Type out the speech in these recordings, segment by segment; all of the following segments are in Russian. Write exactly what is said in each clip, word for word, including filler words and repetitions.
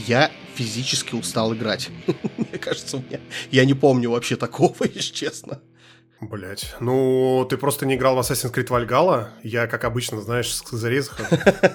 я физически устал играть. Мне кажется, у меня... Я не помню вообще такого, если честно. Блять, ну, ты просто не играл в Assassin's Creed Valhalla. Я, как обычно, знаешь, с зарезах.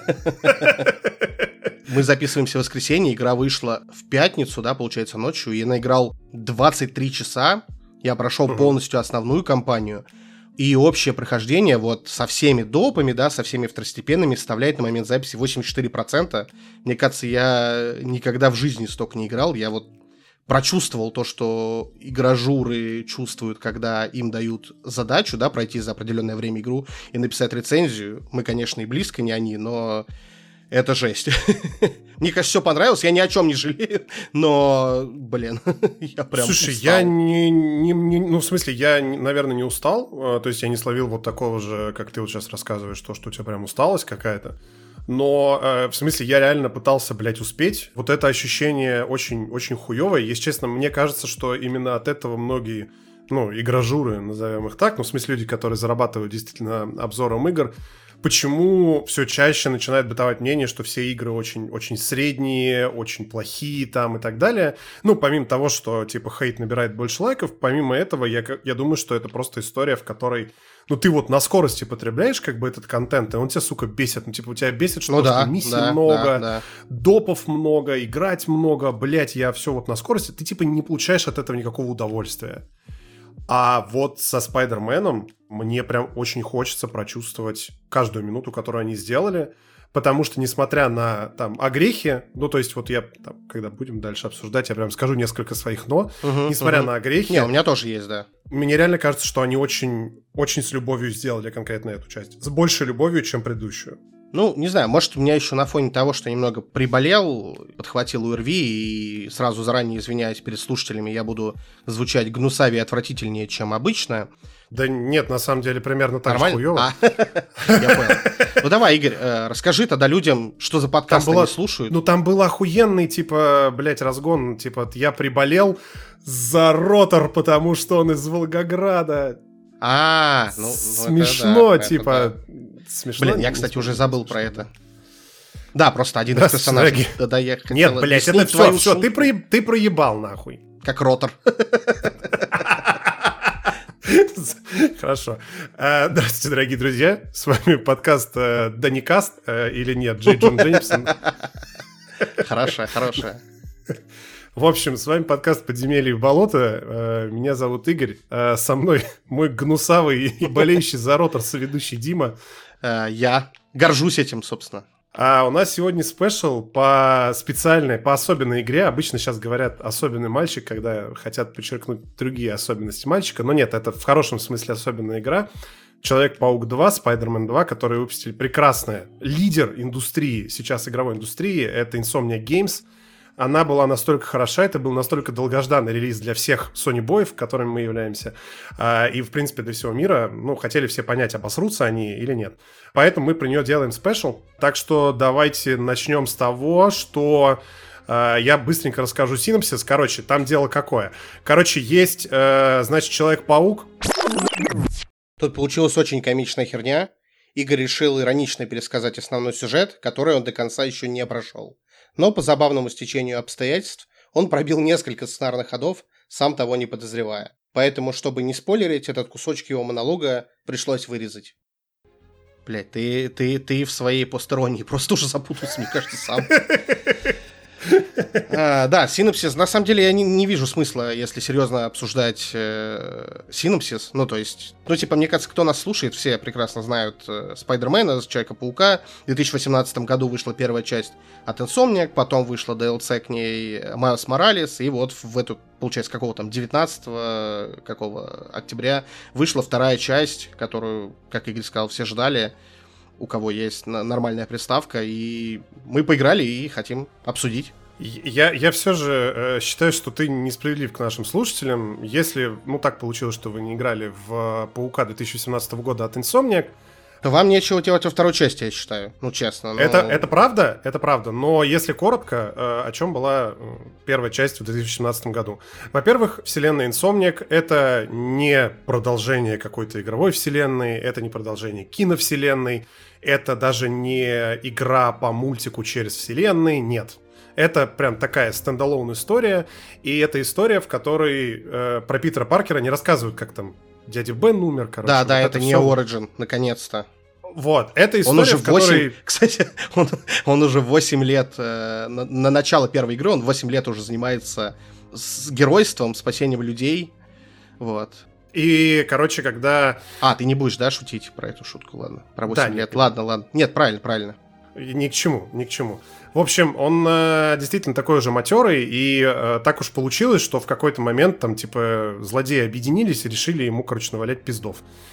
Мы записываемся в воскресенье, игра вышла в пятницу, да, получается, ночью. Я наиграл двадцать три часа, я прошел uh-huh. полностью основную кампанию. И общее прохождение вот со всеми допами, да, со всеми второстепенными составляет на момент записи восемьдесят четыре процента. Мне кажется, я никогда в жизни столько не играл. Я вот прочувствовал то, что игражуры чувствуют, когда им дают задачу, да, пройти за определенное время игру и написать рецензию. Мы, конечно, и близко не они, но это жесть. Мне, конечно, все понравилось, я ни о чем не жалею, но, блин, я прям Слушай, устал. я не, не, не... Ну, в смысле, я, наверное, не устал, то есть я не словил вот такого же, как ты вот сейчас рассказываешь, то, что у тебя прям усталость какая-то. Но, э, в смысле, я реально пытался, блядь, успеть. Вот это ощущение очень, очень хуёвое. Если честно, мне кажется, что именно от этого многие, ну, игражуры, назовем их так, ну, в смысле, люди, которые зарабатывают действительно обзором игр, почему все чаще начинает бытовать мнение, что все игры очень, очень средние, очень плохие там и так далее. Ну, помимо того, что, типа, хейт набирает больше лайков, помимо этого, я, я думаю, что это просто история, в которой, ну, ты вот на скорости потребляешь, как бы, этот контент, и он тебя, сука, бесит. Ну, типа, у тебя бесит, что, ну, да, что миссий да, много, да, да. допов много, играть много, блять, я все вот на скорости. Ты, типа, не получаешь от этого никакого удовольствия. А вот со Спайдерменом мне прям очень хочется прочувствовать каждую минуту, которую они сделали, потому что, несмотря на там огрехи, ну, то есть вот я, там, когда будем дальше обсуждать, я прям скажу несколько своих «но», угу, несмотря угу. на огрехи... Не, у меня тоже есть, да. Мне реально кажется, что они очень, очень с любовью сделали конкретно эту часть. С большей любовью, чем предыдущую. Ну, не знаю, может, у меня еще на фоне того, что немного приболел, подхватил ОРВИ, и сразу заранее извиняюсь перед слушателями, я буду звучать гнусавее и отвратительнее, чем обычно. Да нет, на самом деле, примерно так же хуёво. Я понял. Ну давай, Игорь, расскажи тогда людям, что за подкаст они слушают. Ну там был охуенный, типа, блядь, разгон, типа, я приболел за Ротор, потому что он из Волгограда. А, ну, смешно, это да, типа, это да. Смешно. Блин, я, кстати, уже забыл смешно. Про это. Да, просто один из персонажей. Да, да, я Нет, блядь, это все, все, ты, проеб, ты проебал, нахуй. Как Ротор. Хорошо. Здравствуйте, дорогие друзья. С вами подкаст Даникаст или нет, Джей Джон Дженнипсон. Хорошая, хорошая. В общем, с вами подкаст «Подземелье в болото». Меня зовут Игорь. Со мной мой гнусавый и болеющий за Ротор соведущий Дима. Я горжусь этим, собственно. А у нас сегодня спешл по специальной, по особенной игре. Обычно сейчас говорят «особенный мальчик», когда хотят подчеркнуть другие особенности мальчика. Но нет, это в хорошем смысле особенная игра. Человек-паук два, Spider-Man два, которые выпустили прекрасная. Лидер индустрии, сейчас игровой индустрии, это Insomniac Games. Она была настолько хороша, это был настолько долгожданный релиз для всех Sony-боев, которыми мы являемся, и, в принципе, для всего мира. Ну, хотели все понять, обосрутся они или нет. Поэтому мы про нее делаем спешл. Так что давайте начнем с того, что э, я быстренько расскажу синопсис. Короче, там дело какое. Короче, есть, э, значит, Человек-паук. Тут получилась очень комичная херня. Игорь решил иронично пересказать основной сюжет, который он до конца еще не прошел. Но по забавному стечению обстоятельств он пробил несколько сценарных ходов, сам того не подозревая. Поэтому, чтобы не спойлерить, этот кусочек его монолога пришлось вырезать. Блять, ты, ты, ты в своей постеронии просто уже запутался, мне кажется, сам. А, да, синопсис. На самом деле я не, не вижу смысла, если серьезно обсуждать э, синопсис. Ну, то есть, ну, типа, мне кажется, кто нас слушает, все прекрасно знают э, Спайдермена, Человека-паука. В две тысячи восемнадцатом году вышла первая часть от Insomniac, потом вышла ди эл си к ней Майлз Моралес, и вот в эту, получается, какого там, девятнадцатого какого октября вышла вторая часть, которую, как Игорь сказал, все ждали, у кого есть нормальная приставка, и мы поиграли и хотим обсудить. Я, я все же э, считаю, что ты несправедлив к нашим слушателям. Если, ну, так получилось, что вы не играли в «Паука» две тысячи восемнадцатого года от Insomniac, то вам нечего делать во второй части, я считаю. Ну, честно. Но... Это, это правда, это правда. Но если коротко, э, о чем была первая часть в две тысячи семнадцатом году. Во-первых, вселенная Insomniac — это не продолжение какой-то игровой вселенной, это не продолжение киновселенной, это даже не игра по мультику через вселенной, нет. Это прям такая стендалон история, и это история, в которой э, про Питера Паркера не рассказывают, как там дядя Бен умер, короче. Да, вот да, это, это все... не Origin, наконец-то. Вот, это история, он уже в которой... восемь, кстати, он, он уже восемь лет, э, на, на начало первой игры, он восемь лет уже занимается с геройством, спасением людей, вот. И, короче, когда... А, ты не будешь, да, шутить про эту шутку, ладно, про восемь да, лет, нет, ладно, ладно, нет, правильно, правильно. Ни к чему, ни к чему. В общем, он э, действительно такой же матерый, и э, так уж получилось, что в какой-то момент там, типа, злодеи объединились и решили ему, короче, навалять пиздов.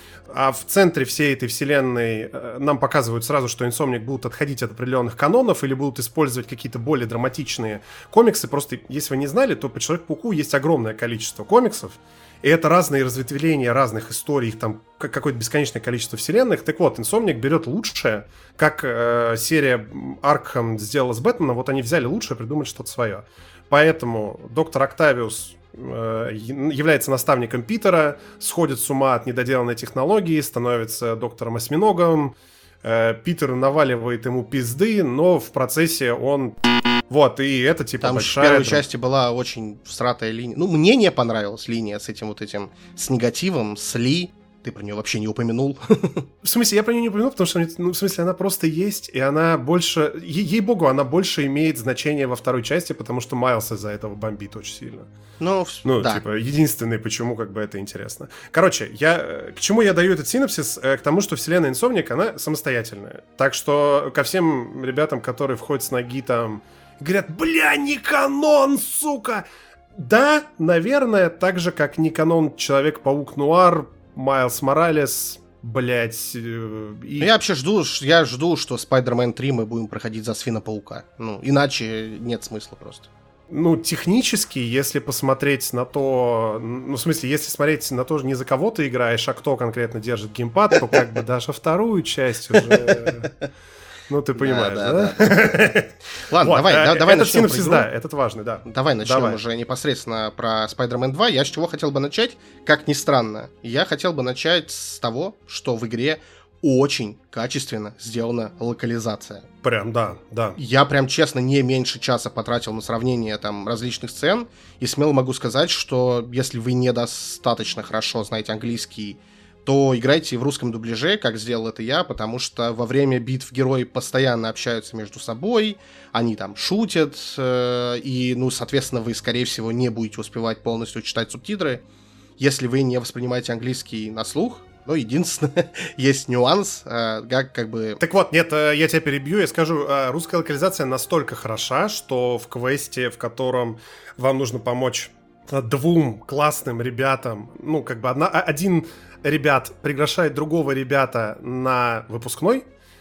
А в центре всей этой вселенной э, нам показывают сразу, что Insomniac будут отходить от определенных канонов или будут использовать какие-то более драматичные комиксы. Просто, если вы не знали, то по Человеку-пауку есть огромное количество комиксов, и это разные разветвления разных историй, их там какое-то бесконечное количество вселенных. Так вот, Insomniac берет лучшее, как э, серия Arkham сделала с Бэтменом, вот они взяли лучшее, придумали что-то свое. Поэтому доктор Октавиус э, является наставником Питера, сходит с ума от недоделанной технологии, становится доктором-осьминогом, э, Питер наваливает ему пизды, но в процессе он... Вот, и это типа Там большая... в первой части была очень всратая линия. Ну, мне не понравилась линия с этим вот этим, с негативом, с Ли. Ты про нее вообще не упомянул. В смысле, я про нее не упомянул, потому что, ну, в смысле, она просто есть, и она больше... Е- ей-богу, она больше имеет значение во второй части, потому что Майлз из-за этого бомбит очень сильно. Ну, Ну, да. типа, единственный, почему как бы это интересно. Короче, я... К чему я даю этот синопсис? К тому, что вселенная Insomniac, она самостоятельная. Так что ко всем ребятам, которые входят с ноги там... Говорят, бля, не канон, сука! Да, наверное, так же, как не канон Человек-паук Нуар, Майлз Моралес, блять. Э, и... Я вообще жду, я жду, что Spider-Man три мы будем проходить за Свина-паука. Ну, иначе нет смысла просто. Ну, технически, если посмотреть на то... Ну, в смысле, если смотреть на то, не за кого ты играешь, а кто конкретно держит геймпад, то как бы даже вторую часть уже... Ну, ты понимаешь, да? да? да, да. Ладно, вот, давай, э, да, давай этот начнем синопсис, да, этот важный, да. Давай начнем давай. уже непосредственно про Spider-Man два. Я с чего хотел бы начать, как ни странно. Я хотел бы начать с того, что в игре очень качественно сделана локализация. Прям, да, да. Я прям, честно, не меньше часа потратил на сравнение там различных сцен, и смело могу сказать, что если вы недостаточно хорошо знаете английский, то играйте в русском дубляже, как сделал это я, потому что во время битв герои постоянно общаются между собой, они там шутят, э, и, ну, соответственно, вы, скорее всего, не будете успевать полностью читать субтитры, если вы не воспринимаете английский на слух. Ну, единственное, есть нюанс, э, как, как бы... Так вот, нет, я тебя перебью, я скажу, русская локализация настолько хороша, что в квесте, в котором вам нужно помочь двум классным ребятам, ну, как бы одна, один... ребят приглашает другого ребята на выпускной.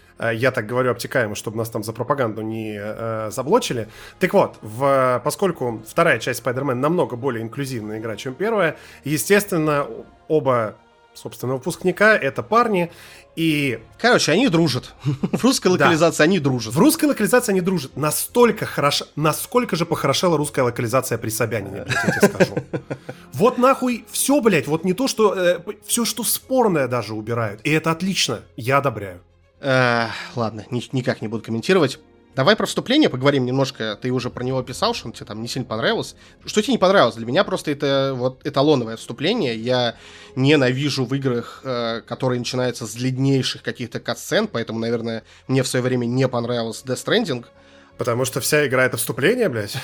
Я так говорю обтекаемо, чтобы нас там за пропаганду не э, заблочили. Так вот, в, поскольку вторая часть Spider-Man намного более инклюзивная игра, чем первая, естественно, оба, собственно, выпускника — это парни, и... Короче, они дружат. В русской локализации да. они дружат. В русской локализации они дружат. Настолько хорошо... Насколько же похорошела русская локализация при Собянине, блядь, я тебе скажу. Вот нахуй все, блядь, вот не то, что... Э, все, что спорное даже убирают. И это отлично. Я одобряю. Э, ладно, ни, никак не буду комментировать. Давай про вступление поговорим немножко. Ты уже про него писал, что он тебе там не сильно понравилось. Что тебе не понравилось? Для меня просто это вот эталоновое вступление. Я ненавижу в играх, э, которые начинаются с длиннейших каких-то катсцен, поэтому, наверное, мне в свое время не понравился Death Stranding. Потому что вся игра — это вступление, блядь?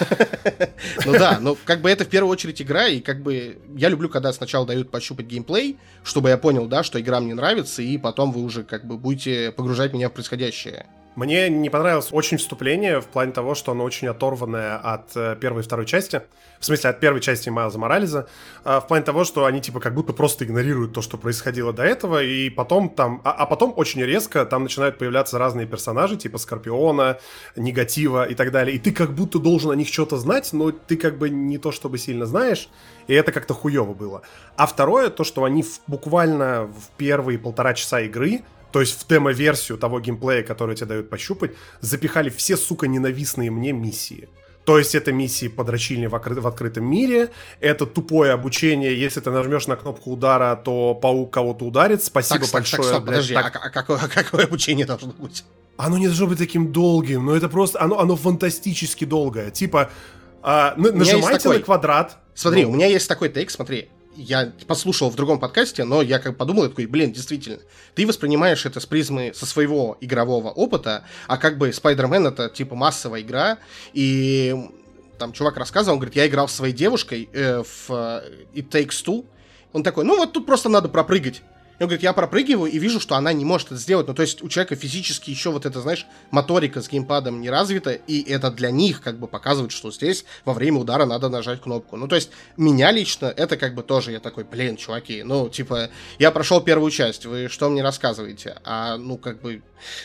Ну да, но как бы это в первую очередь игра, и как бы я люблю, когда сначала дают пощупать геймплей, чтобы я понял, да, что игра мне нравится, и потом вы уже как бы будете погружать меня в происходящее. Мне не понравилось очень вступление в плане того, что оно очень оторванное от э, первой и второй части. В смысле, от первой части Майлза Моралеса. Э, в плане того, что они типа как будто просто игнорируют то, что происходило до этого. И потом там... А, а потом очень резко там начинают появляться разные персонажи, типа Скорпиона, Негатива и так далее. И ты как будто должен о них что-то знать, но ты как бы не то чтобы сильно знаешь. И это как-то хуёво было. А второе, то, что они в, буквально в первые полтора часа игры... То есть в демо-версию того геймплея, который тебе дают пощупать, запихали все, сука, ненавистные мне миссии. То есть это миссии подрочильни в, окры- в открытом мире, это тупое обучение, если ты нажмешь на кнопку удара, то паук кого-то ударит, спасибо так, большое. так, так, стоп, блядь, подожди, так... а, а, какое, а какое обучение должно быть? оно не должно быть таким долгим, но это просто, оно, оно фантастически долгое. Типа, а, н- нажимайте такой... на квадрат. Смотри, ну... у меня есть такой тейк, смотри. Я послушал в другом подкасте, но я как подумал, такой, блин, действительно, ты воспринимаешь это с призмы со своего игрового опыта, а как бы Spider-Man это типа массовая игра, и там чувак рассказывал, он говорит, я играл с своей девушкой э, в It Takes Two, он такой, ну вот тут просто надо пропрыгать. Он говорит, я пропрыгиваю и вижу, что она не может это сделать. Ну, то есть у человека физически еще вот это, знаешь, моторика с геймпадом не развита, и это для них как бы показывает, что здесь во время удара надо нажать кнопку. Ну, то есть меня лично это как бы тоже, я такой, блин, чуваки, ну, типа, я прошел первую часть, вы что мне рассказываете? А, ну, как бы,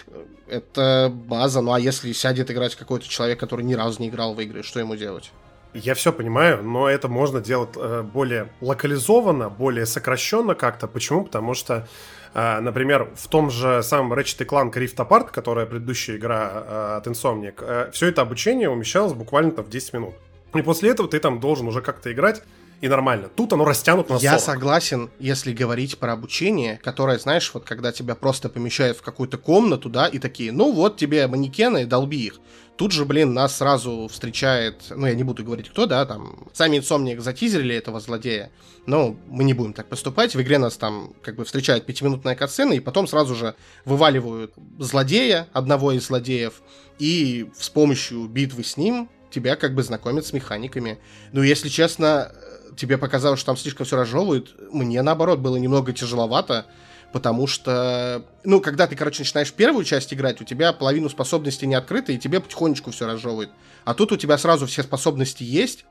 это база, ну, а если сядет играть какой-то человек, который ни разу не играл в игры, что ему делать? Я все понимаю, но это можно делать э, более локализованно, более сокращенно как-то. Почему? Потому что, э, например, в том же самом Ratchet энд Clank Rift Apart, которая предыдущая игра э, от Insomniac, э, все это обучение умещалось буквально в десять минут. И после этого ты там должен уже как-то играть, и нормально. Тут оно растянуто на сорок. Я согласен, если говорить про обучение, которое, знаешь, вот когда тебя просто помещают в какую-то комнату, да, и такие, ну вот тебе манекены, долби их. Тут же, блин, нас сразу встречает, ну, я не буду говорить кто, да, там, сами Insomniac затизерили этого злодея, но мы не будем так поступать. В игре нас там, как бы, встречает пятиминутная катсцена, и потом сразу же вываливают злодея, одного из злодеев, и с помощью битвы с ним тебя, как бы, знакомят с механиками. Ну, если честно, тебе показалось, что там слишком все разжевывают, мне, наоборот, было немного тяжеловато, потому что, ну, когда ты, короче, начинаешь первую часть играть, у тебя половину способностей не открыта, и тебе потихонечку все разжевывает. А тут у тебя сразу все способности есть,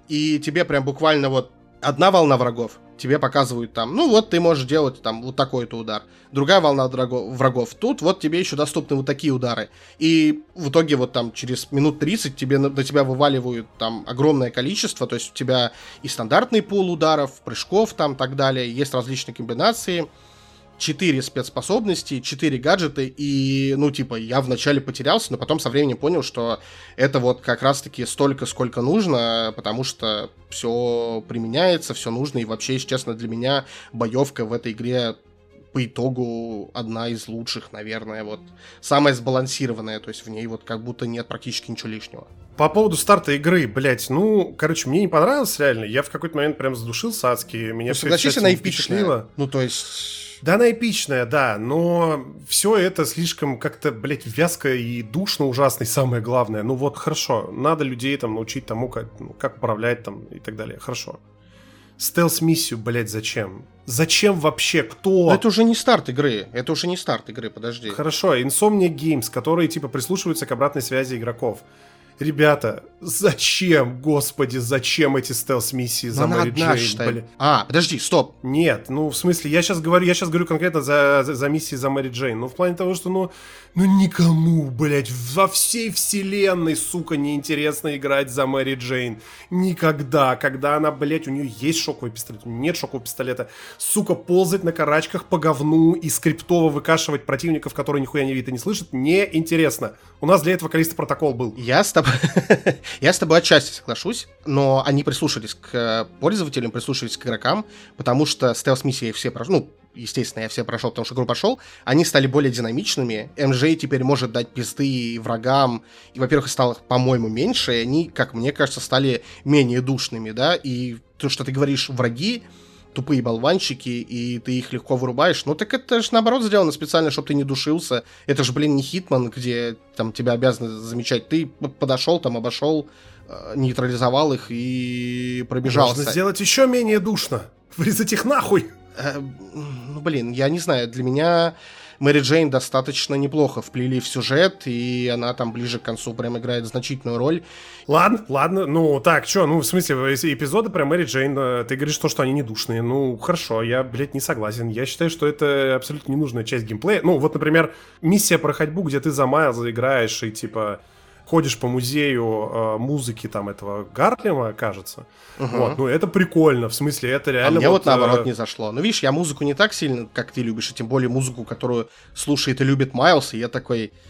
и тебе прям буквально вот одна волна врагов, тебе показывают там, ну, вот ты можешь делать там вот такой-то удар. Другая волна врагов, тут вот тебе еще доступны вот такие удары. И в итоге вот там через минут тридцать тебе, на тебя вываливают там огромное количество, то есть у тебя и стандартный пул ударов, прыжков там, так далее, есть различные комбинации. Четыре спецспособности, четыре гаджета, и, ну, типа, я вначале потерялся, но потом со временем понял, что это вот как раз-таки столько, сколько нужно, потому что все применяется, все нужно, и вообще, если честно, для меня боевка в этой игре по итогу одна из лучших, наверное, вот, самая сбалансированная, то есть в ней вот как будто нет практически ничего лишнего. По поводу старта игры, блять, ну, короче, мне не понравилось реально, я в какой-то момент прям задушился адски, меня ну, все согласись, она эпичная, ну, то есть... Да, она эпичная, да, но все это слишком как-то, блядь, вязко и душно ужасно, и самое главное. Ну вот, хорошо, надо людей там научить тому, как, ну, как управлять там и так далее, хорошо. Стелс-миссию, блядь, зачем? Зачем вообще? Кто? Но это уже не старт игры, это уже не старт игры, подожди. Хорошо, Insomniac Games, которые, типа, прислушиваются к обратной связи игроков. Ребята, зачем, господи, зачем эти стелс-миссии за Мэри Джейн? Блин. А, подожди, стоп. Нет, ну, в смысле, я сейчас говорю, я сейчас говорю конкретно за, за, за миссии за Мэри Джейн. Ну, в плане того, что, ну, ну, никому, блядь, во всей вселенной, сука, неинтересно играть за Мэри Джейн. Никогда, когда она, блядь, у нее есть шоковый пистолет, у нее нет шокового пистолета. Сука, ползать на карачках по говну и скриптово выкашивать противников, которые нихуя не видят и не слышат, неинтересно. У нас для этого Каллисто Протокол был. Я с тобой... Я с тобой отчасти соглашусь, но они прислушались к пользователям, прислушались к игрокам, потому что стелс-миссии я все прошел, ну, естественно, я все прошел, потому что игру пошел, они стали более динамичными, эм джей теперь может дать пизды врагам, и, во-первых, их стало, по-моему, меньше, и они, как мне кажется, стали менее душными, да, и то, что ты говоришь, враги, тупые болванчики, и ты их легко вырубаешь. Ну так это же наоборот сделано специально, чтобы ты не душился. Это же, блин, не Хитман, где там тебя обязаны замечать. Ты подошел, там обошел, нейтрализовал их и пробежался. Можно сделать еще менее душно. Врезать их нахуй. Э, ну, блин, я не знаю, для меня Мэри Джейн достаточно неплохо вплели в сюжет, и она там ближе к концу прям играет значительную роль. Ладно, ладно, ну так, чё, ну в смысле, эпизоды про Мэри Джейн, ты говоришь то, что они не душные, ну хорошо, я, блядь, не согласен, я считаю, что это абсолютно ненужная часть геймплея. Ну вот, например, миссия про ходьбу, где ты за Майлза играешь и типа ходишь по музею э, музыки там этого Гарлема, кажется. Угу. Вот, ну это прикольно, в смысле, это реально... А мне вот, вот наоборот э... не зашло. Ну видишь, я музыку не так сильно, как ты любишь, и тем более музыку, которую слушает и любит Майлз, и я такой...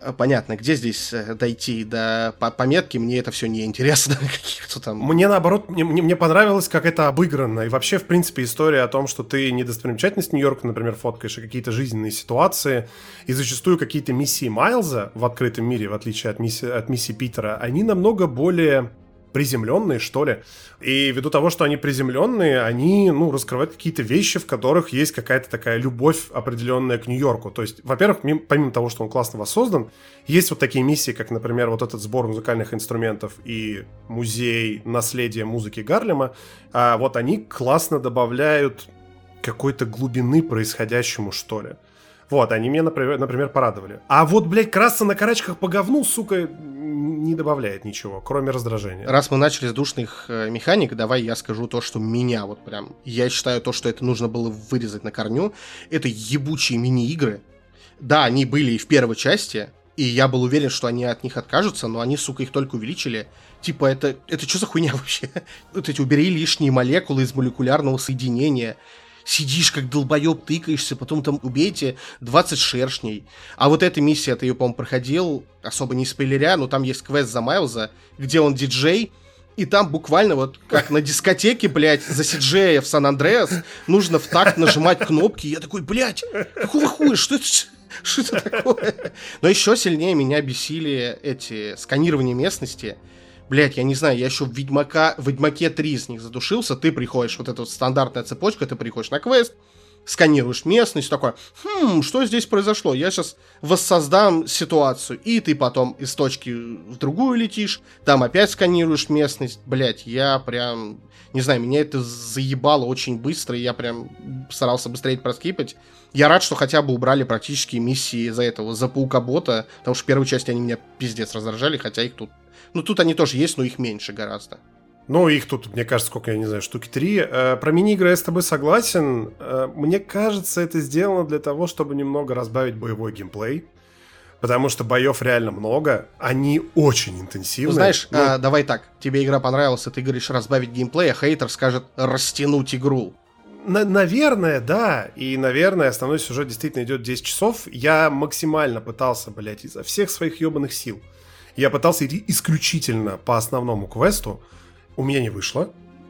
Понятно, где здесь дойти до пометки, мне это все не интересно. Каких-то там... Мне наоборот, мне, мне понравилось, как это обыграно. И вообще, в принципе, история о том, что ты не достопримечательность Нью-Йорка, например, фоткаешь, а какие-то жизненные ситуации. И зачастую какие-то миссии Майлза в открытом мире, в отличие от миссии, от миссии Питера, они намного более приземленные, что ли. И ввиду того, что они приземленные, они, ну, раскрывают какие-то вещи, в которых есть какая-то такая любовь определенная к Нью-Йорку. То есть, во-первых, мимо, помимо того, что он классно воссоздан, есть вот такие миссии, как, например, вот этот сбор музыкальных инструментов и музей наследия музыки Гарлема. А вот они классно добавляют какой-то глубины происходящему, что ли. Вот, они меня, например, например, порадовали. А вот, блядь, красться на карачках по говну, сука, не добавляет ничего, кроме раздражения. Раз мы начали с душных э, механик, давай я скажу то, что меня вот прям... Я считаю то, что это нужно было вырезать на корню. Это ебучие мини-игры. Да, они были и в первой части, и я был уверен, что они от них откажутся, но они, сука, их только увеличили. Типа, это, это что за хуйня вообще? Вот эти убери лишние молекулы из молекулярного соединения. Сидишь как долбоеб, тыкаешься, потом там убейте двадцать шершней. А вот эта миссия, ты ее, по-моему, проходил, особо не спойлеря, но там есть квест за Майлза, где он диджей, и там буквально вот как на дискотеке, блядь, за си-джея в Сан-Андреас нужно в такт нажимать кнопки. Я такой, блядь, какого хуя, что это, что это такое? Но еще сильнее меня бесили эти сканирования местности. Блять, я не знаю, я еще в Ведьмака, в Ведьмаке три с них задушился, ты приходишь, вот эта вот стандартная цепочка, ты приходишь на квест, сканируешь местность, такой, хм, что здесь произошло? Я сейчас воссоздам ситуацию, и ты потом из точки в другую летишь, там опять сканируешь местность, блять, я прям, не знаю, меня это заебало очень быстро, и я прям старался быстрее проскипать. Я рад, что хотя бы убрали практически миссии из-за этого, за паука-бота, потому что в первой части они меня пиздец раздражали, хотя их тут Ну, тут они тоже есть, но их меньше гораздо. Ну, их тут, мне кажется, сколько, я не знаю, штуки три. Э, про мини-игры я с тобой согласен. Э, мне кажется, это сделано для того, чтобы немного разбавить боевой геймплей. Потому что боев реально много. Они очень интенсивные. Ну, знаешь, ну... а, давай так. Тебе игра понравилась, и ты говоришь разбавить геймплей, а хейтер скажет растянуть игру. На- наверное, да. И, наверное, основной сюжет действительно идет десять часов. Я максимально пытался, блядь, изо всех своих ебаных сил. Я пытался идти исключительно по основному квесту. У меня не вышло.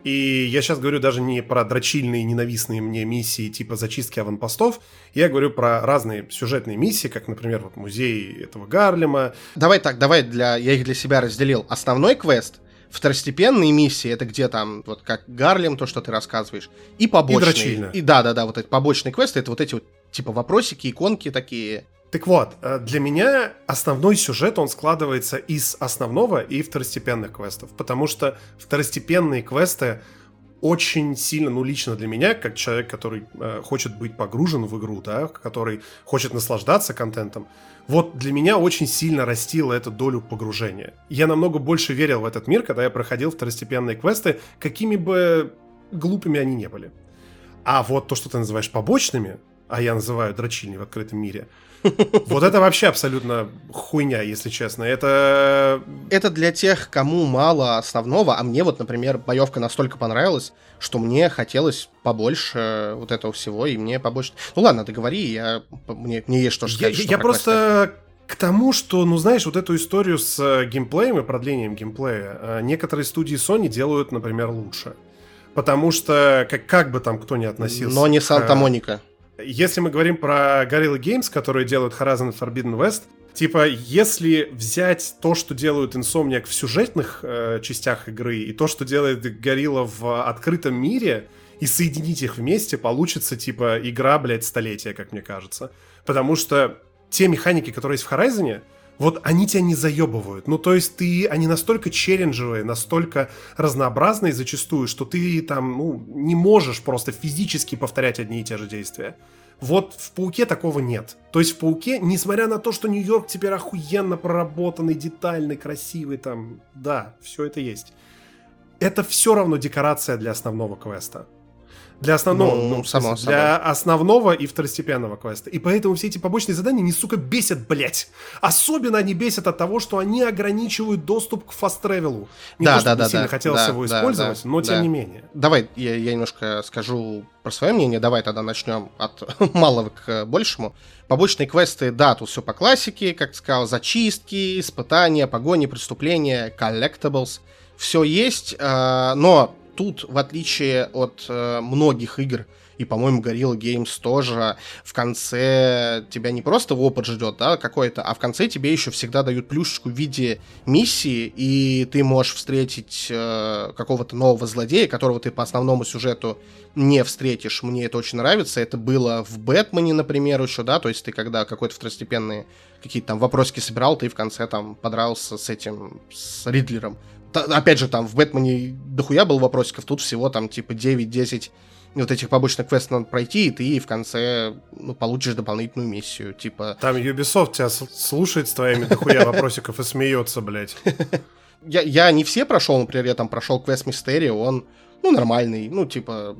И я сейчас говорю даже не про дрочильные, ненавистные мне миссии типа зачистки аванпостов. Я говорю про разные сюжетные миссии, как, например, вот музей этого Гарлема. Давай так, давай, для... я их для себя разделил. Основной квест, второстепенные миссии, это где там, вот как Гарлем, то, что ты рассказываешь, и побочные. И дрочильно. И да-да-да, вот эти побочные квесты, это вот эти вот типа вопросики, иконки такие... Так вот, для меня основной сюжет, он складывается из основного и второстепенных квестов, потому что второстепенные квесты очень сильно, ну, лично для меня, как человек, который э, хочет быть погружен в игру, да, который хочет наслаждаться контентом, вот для меня очень сильно растила эту долю погружения. Я намного больше верил в этот мир, когда я проходил второстепенные квесты, какими бы глупыми они не были. А вот то, что ты называешь побочными, а я называю дрочильней в открытом мире, вот это вообще абсолютно хуйня, если честно. Это... Это для тех, кому мало основного, а мне вот, например, боевка настолько понравилась, что мне хотелось побольше вот этого всего, и мне побольше... Ну ладно, договори, я... мне, мне есть что сказать. Я, что я просто к тому, что, ну знаешь, вот эту историю с геймплеем и продлением геймплея некоторые студии Sony делают, например, лучше. Потому что, как, как бы там кто ни относился... Но не Санта-Моника. Если мы говорим про Guerrilla Games, которые делают Horizon Forbidden West, типа, если взять то, что делают Insomniac в сюжетных э, частях игры, и то, что делает Guerrilla в открытом мире, и соединить их вместе, получится, типа, игра, блядь, столетия, как мне кажется. Потому что те механики, которые есть в Horizon, вот они тебя не заебывают. Ну, то есть ты, они настолько челленджевые, настолько разнообразные зачастую, что ты там, ну, не можешь просто физически повторять одни и те же действия. Вот в «Пауке» такого нет. То есть в «Пауке», несмотря на то, что Нью-Йорк теперь охуенно проработанный, детальный, красивый, там, да, все это есть. Это все равно декорация для основного квеста. Для основного, Ну, ну, в само смысле, для собой. основного и второстепенного квеста. И поэтому все эти побочные задания не, сука, бесят, блять. Особенно они бесят от того, что они ограничивают доступ к фаст-тревелу. Не Да, то, да, чтобы да, сильно да, хотелось да, его да, использовать, да, но да. тем не менее. Давай я, я немножко скажу про свое мнение. Давай тогда начнем от малого к большему. Побочные квесты, да, тут все по классике, как ты сказал, зачистки, испытания, погони, преступления, collectibles. Все есть, э, но тут, в отличие от э, многих игр, и, по-моему, Guerrilla Games тоже, в конце тебя не просто опыт ждет, да, какой-то, а в конце тебе еще всегда дают плюшечку в виде миссии, и ты можешь встретить э, какого-то нового злодея, которого ты по основному сюжету не встретишь. Мне это очень нравится. Это было в Бэтмене, например, еще, да, то есть ты когда какой-то второстепенные какие-то там вопросики собирал, ты в конце там подрался с этим, с Ридлером. Та, опять же, там в Бэтмене дохуя был вопросиков, тут всего там типа девять-десять вот этих побочных квестов надо пройти, и ты в конце ну, получишь дополнительную миссию, типа... Там Ubisoft тебя слушает с твоими дохуя вопросиков и смеется, блядь. Я, я не все прошел, например, я там прошел квест Мистерио, он, ну, нормальный, ну, типа,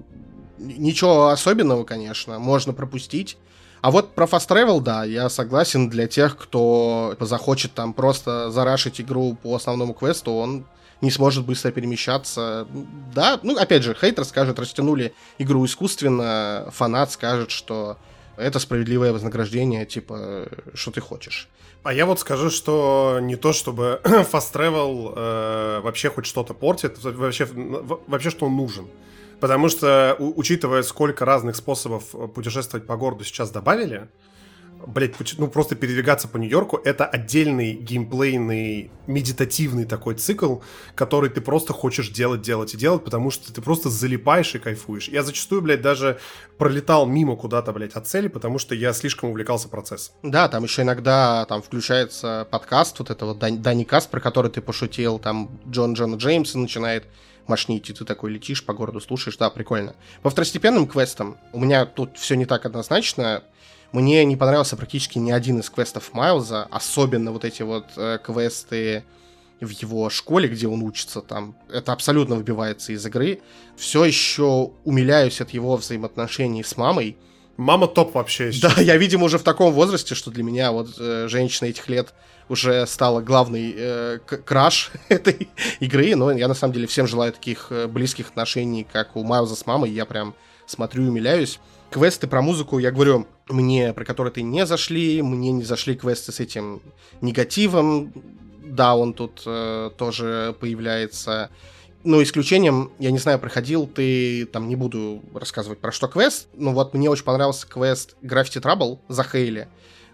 ничего особенного, конечно, можно пропустить. А вот про Fast Travel, да, я согласен, для тех, кто захочет там просто зарашить игру по основному квесту, он не сможет быстро перемещаться. Да, ну, опять же, хейтер скажет, растянули игру искусственно, фанат скажет, что это справедливое вознаграждение, типа, что ты хочешь. А я вот скажу, что не то чтобы Fast Travel э, вообще хоть что-то портит, вообще, вообще что он нужен. Потому что, у, учитывая, сколько разных способов путешествовать по городу сейчас добавили, блять, ну просто передвигаться по Нью-Йорку — это отдельный геймплейный, медитативный такой цикл, который ты просто хочешь делать, делать и делать, потому что ты просто залипаешь и кайфуешь. Я зачастую, блядь, даже пролетал мимо куда-то, блядь, от цели, потому что я слишком увлекался процессом. Да, там еще иногда там включается подкаст, вот это вот Дани Каст, про который ты пошутил, там Джон Джона Джеймса начинает мошнить, и ты такой летишь по городу, слушаешь, да, прикольно. По второстепенным квестам у меня тут все не так однозначно. Мне не понравился практически ни один из квестов Майлза, особенно вот эти вот э, квесты в его школе, где он учится там. Это абсолютно выбивается из игры. Все еще умиляюсь от его взаимоотношений с мамой. Мама топ вообще сейчас. Да, я, видимо, уже в таком возрасте, что для меня вот э, женщина этих лет уже стала главный э, краш этой игры. Но я на самом деле всем желаю таких э, близких отношений, как у Майлза с мамой. Я прям смотрю и умиляюсь. Квесты про музыку, я говорю, мне, про которые ты не зашли, мне не зашли квесты с этим негативом. Да, он тут э, тоже появляется. Но исключением, я не знаю, проходил ты, там не буду рассказывать про что квест, но вот мне очень понравился квест Graffiti Trouble за Хейли.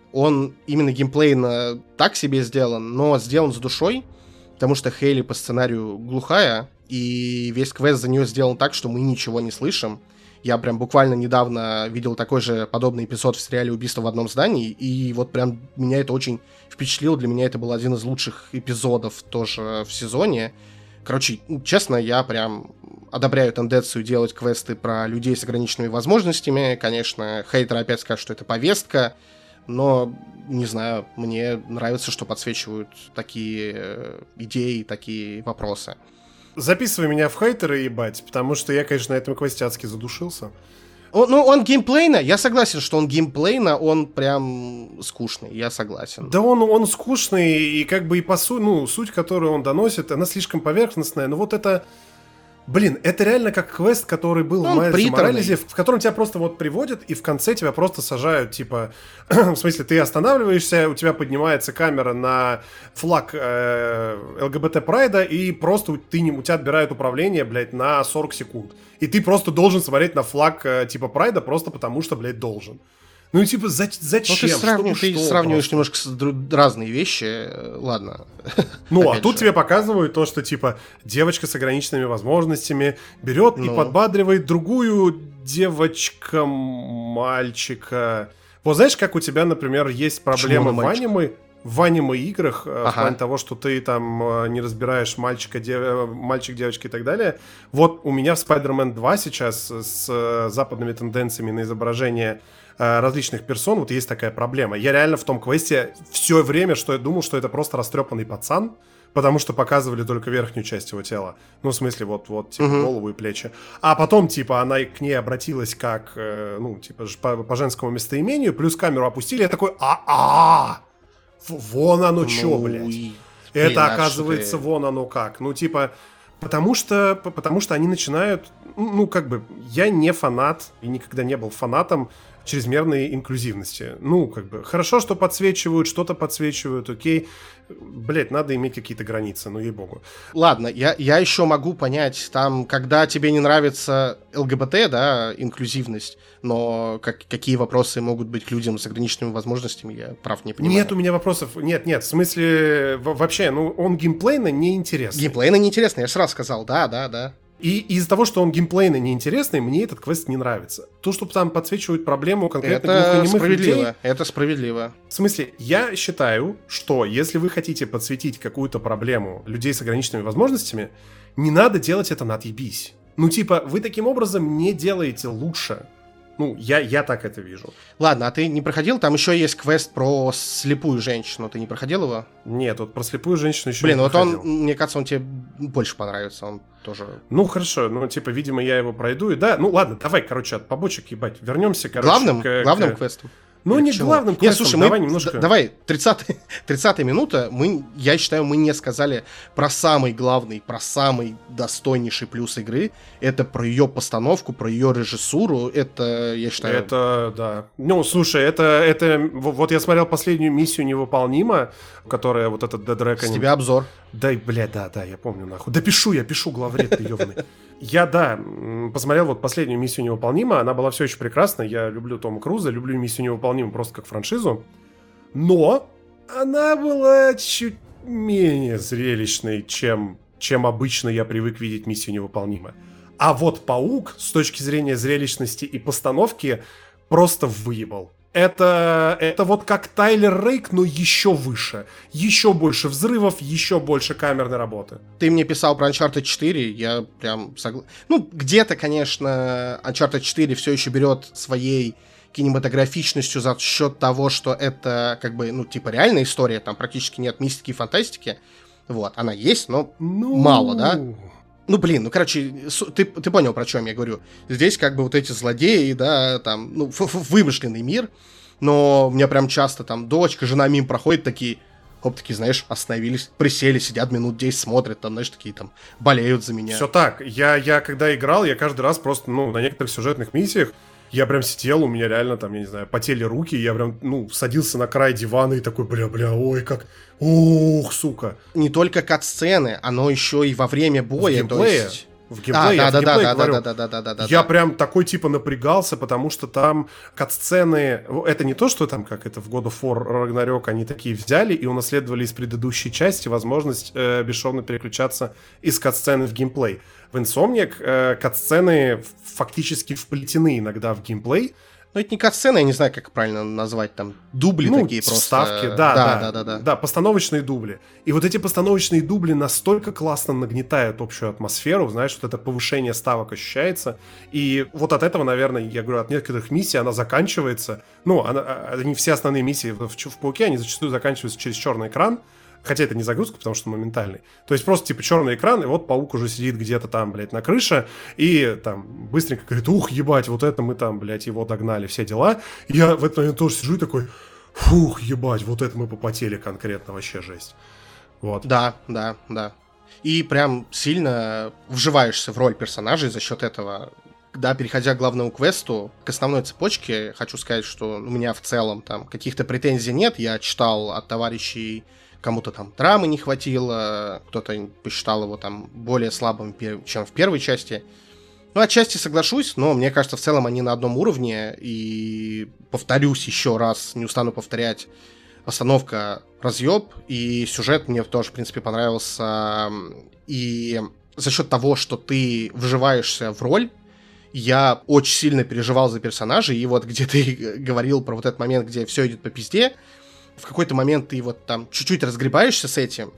Он именно геймплейно так себе сделан, но сделан с душой, потому что Хейли по сценарию глухая, и весь квест за нее сделан так, что мы ничего не слышим. Я прям буквально недавно видел такой же подобный эпизод в сериале «Убийство в одном здании», и вот прям меня это очень впечатлило. Для меня это был один из лучших эпизодов тоже в сезоне. Короче, честно, я прям одобряю тенденцию делать квесты про людей с ограниченными возможностями. Конечно, хейтеры опять скажут, что это повестка, но, не знаю, мне нравится, что подсвечивают такие идеи, такие вопросы. Записывай меня в хейтеры, ебать, потому что я, конечно, на этом квесте адски задушился. Он, ну, он геймплейно, я согласен, что он геймплейно, он прям скучный, я согласен. Да он, он скучный, и как бы и по сути, ну, суть, которую он доносит, она слишком поверхностная, но вот это... Блин, это реально как квест, который был он в Майлзе приторный. Моралезе, в котором тебя просто вот приводят, и в конце тебя просто сажают, типа, в смысле, ты останавливаешься, у тебя поднимается камера на флаг э, ЛГБТ Прайда, и просто ты, у тебя отбирают управление, блядь, на сорок секунд. И ты просто должен смотреть на флаг э, типа Прайда просто потому, что, блядь, должен. Ну, типа, за, зачем? Ну, ты, сравнив, ты что, сравниваешь просто? немножко с дру- разные вещи, ладно. Ну, а Опять тут же. тебе показывают то, что, типа, девочка с ограниченными возможностями берет Ну. и подбадривает другую девочка-мальчика. Вот знаешь, как у тебя, например, есть проблемы в мальчик? аниме, в аниме-играх, э, Ага. в плане того, что ты там э, не разбираешь мальчика, дев... мальчик, девочка и так далее. Вот у меня в Spider-Man два сейчас с э, западными тенденциями на изображение э, различных персон, вот есть такая проблема. Я реально в том квесте все время, что я думал, что это просто растрепанный пацан, потому что показывали только верхнюю часть его тела. Ну, в смысле, вот, вот типа, Мгм. голову и плечи. А потом, типа, она к ней обратилась как, э, ну, типа, ж- по, по женскому местоимению, плюс камеру опустили, я такой, а-а! В- Вон оно чё, Ну, блядь. и- Это, блин, а оказывается, что ты- вон оно как. Ну, типа, потому что, п- потому что они начинают... Ну, ну, как бы, я не фанат и никогда не был фанатом чрезмерной инклюзивности. Ну, как бы, хорошо, что подсвечивают, что-то подсвечивают, окей. Блять, надо иметь какие-то границы, ну, ей-богу. Ладно, я, я еще могу понять, там, когда тебе не нравится ЛГБТ, да, инклюзивность, но как, какие вопросы могут быть к людям с ограниченными возможностями, я прав не понимаю. Нет у меня вопросов. Нет, нет, в смысле, в- вообще, ну, он геймплейно неинтересный. Геймплейно неинтересно, я же сразу сказал, да, да, да. И из-за того, что он геймплейно неинтересный, мне этот квест не нравится. То, что там подсвечивают проблему конкретно Это глухонемых справедливо, людей... это справедливо. В смысле, я считаю, что если вы хотите подсветить какую-то проблему людей с ограниченными возможностями, не надо делать это на отъебись. Ну, типа, вы таким образом не делаете лучше. Ну, я, я так это вижу. Ладно, а ты не проходил? Там еще есть квест про слепую женщину, ты не проходил его? Нет, вот про слепую женщину еще Блин, не вот проходил. он, мне кажется, он тебе больше понравится, он тоже... Ну, хорошо, ну, типа, видимо, я его пройду, и да, ну, ладно, давай, короче, от побочек, ебать, вернемся, короче, Главным, к- главным к- квестом. Ну, Или не к чему? главным Нет, квестом, слушай, давай мы, немножко... д- давай, тридцатая, тридцатая минута, мы, я считаю, мы не сказали про самый главный, про самый достойнейший плюс игры. Это про ее постановку, про ее режиссуру. Это, я считаю... Это, да. Ну, слушай, это, это... в- Вот я смотрел последнюю миссию «Невыполнима», которая вот этот Dead Reckoning... С тебя обзор. Да, бля, да, да, я помню, нахуй. Да пишу, я пишу, главред ты ёбаный. Я, да, м, посмотрел вот последнюю «Миссию невыполнима», она была все еще прекрасна, я люблю Тома Круза, люблю «Миссию невыполниму» просто как франшизу, но она была чуть менее зрелищной, чем, чем обычно я привык видеть «Миссию невыполнима». А вот «Паук» с точки зрения зрелищности и постановки просто выебал. Это, это вот как Тайлер Рейк, но еще выше. Еще больше взрывов, еще больше камерной работы. Ты мне писал про Uncharted четыре, я прям согласен. Ну, где-то, конечно, Uncharted четыре все еще берет своей кинематографичностью за счет того, что это, как бы, ну, типа, реальная история, там практически нет мистики и фантастики. Вот, она есть, но Ну... мало, да? Ну, блин, ну, короче, су- ты, ты понял, про чем я говорю. Здесь как бы вот эти злодеи, да, там, ну, ф- ф- вымышленный мир, но у меня прям часто там дочка, жена мимо проходит, такие, хоп, такие, знаешь, остановились, присели, сидят минут десять, смотрят, там, знаешь, такие там, болеют за меня. Все так. Я, я когда играл, я каждый раз просто, ну, на некоторых сюжетных миссиях я прям сидел, у меня реально там, я не знаю, потели руки, я прям, ну, садился на край дивана и такой, бля-бля, ой, как, ух, сука. Не только кат-сцены, оно еще и во время боя, в то геймплее, есть... в А, геймплее, я да, в да, геймплее да, да, говорю. да, да, да, да, да, да, Я да. прям такой типа напрягался, потому что там кат-сцены... Это не то, что там, как это в God of War Ragnarok, они такие взяли и унаследовали из предыдущей части возможность э, бесшовно переключаться из кат-сцены в геймплей. В Insomniac э, кат-сцены фактически вплетены иногда в геймплей. Ну, это не кат-сцены, я не знаю, как правильно назвать, там, дубли Ну, такие просто. вставки, да, да, да, да, да, да. да, постановочные дубли. И вот эти постановочные дубли настолько классно нагнетают общую атмосферу, знаешь, вот это повышение ставок ощущается. И вот от этого, наверное, я говорю, от некоторых миссий она заканчивается. Ну, она, они все основные миссии в, в «Пауке», они зачастую заканчиваются через черный экран. Хотя это не загрузка, потому что моментальный. То есть просто типа черный экран, и вот паук уже сидит где-то там, блядь, на крыше, и там быстренько говорит, ух, ебать, вот это мы там, блядь, его догнали, все дела. И я в этот момент тоже сижу и такой, фух, ебать, вот это мы попотели конкретно, вообще жесть. Вот. Да, да, да. И прям сильно вживаешься в роль персонажей за счет этого. Да, переходя к главному квесту, к основной цепочке, хочу сказать, что у меня в целом там каких-то претензий нет. Я читал от товарищей, кому-то там драмы не хватило, кто-то посчитал его там более слабым, чем в первой части. Ну, отчасти соглашусь, но мне кажется, в целом они на одном уровне. И повторюсь еще раз, не устану повторять, постановка разъеб, и сюжет мне тоже, в принципе, понравился. И за счет того, что ты вживаешься в роль, я очень сильно переживал за персонажей, и вот где ты говорил про вот этот момент, где все идет по пизде, в какой-то момент ты вот там чуть-чуть разгребаешься с этим,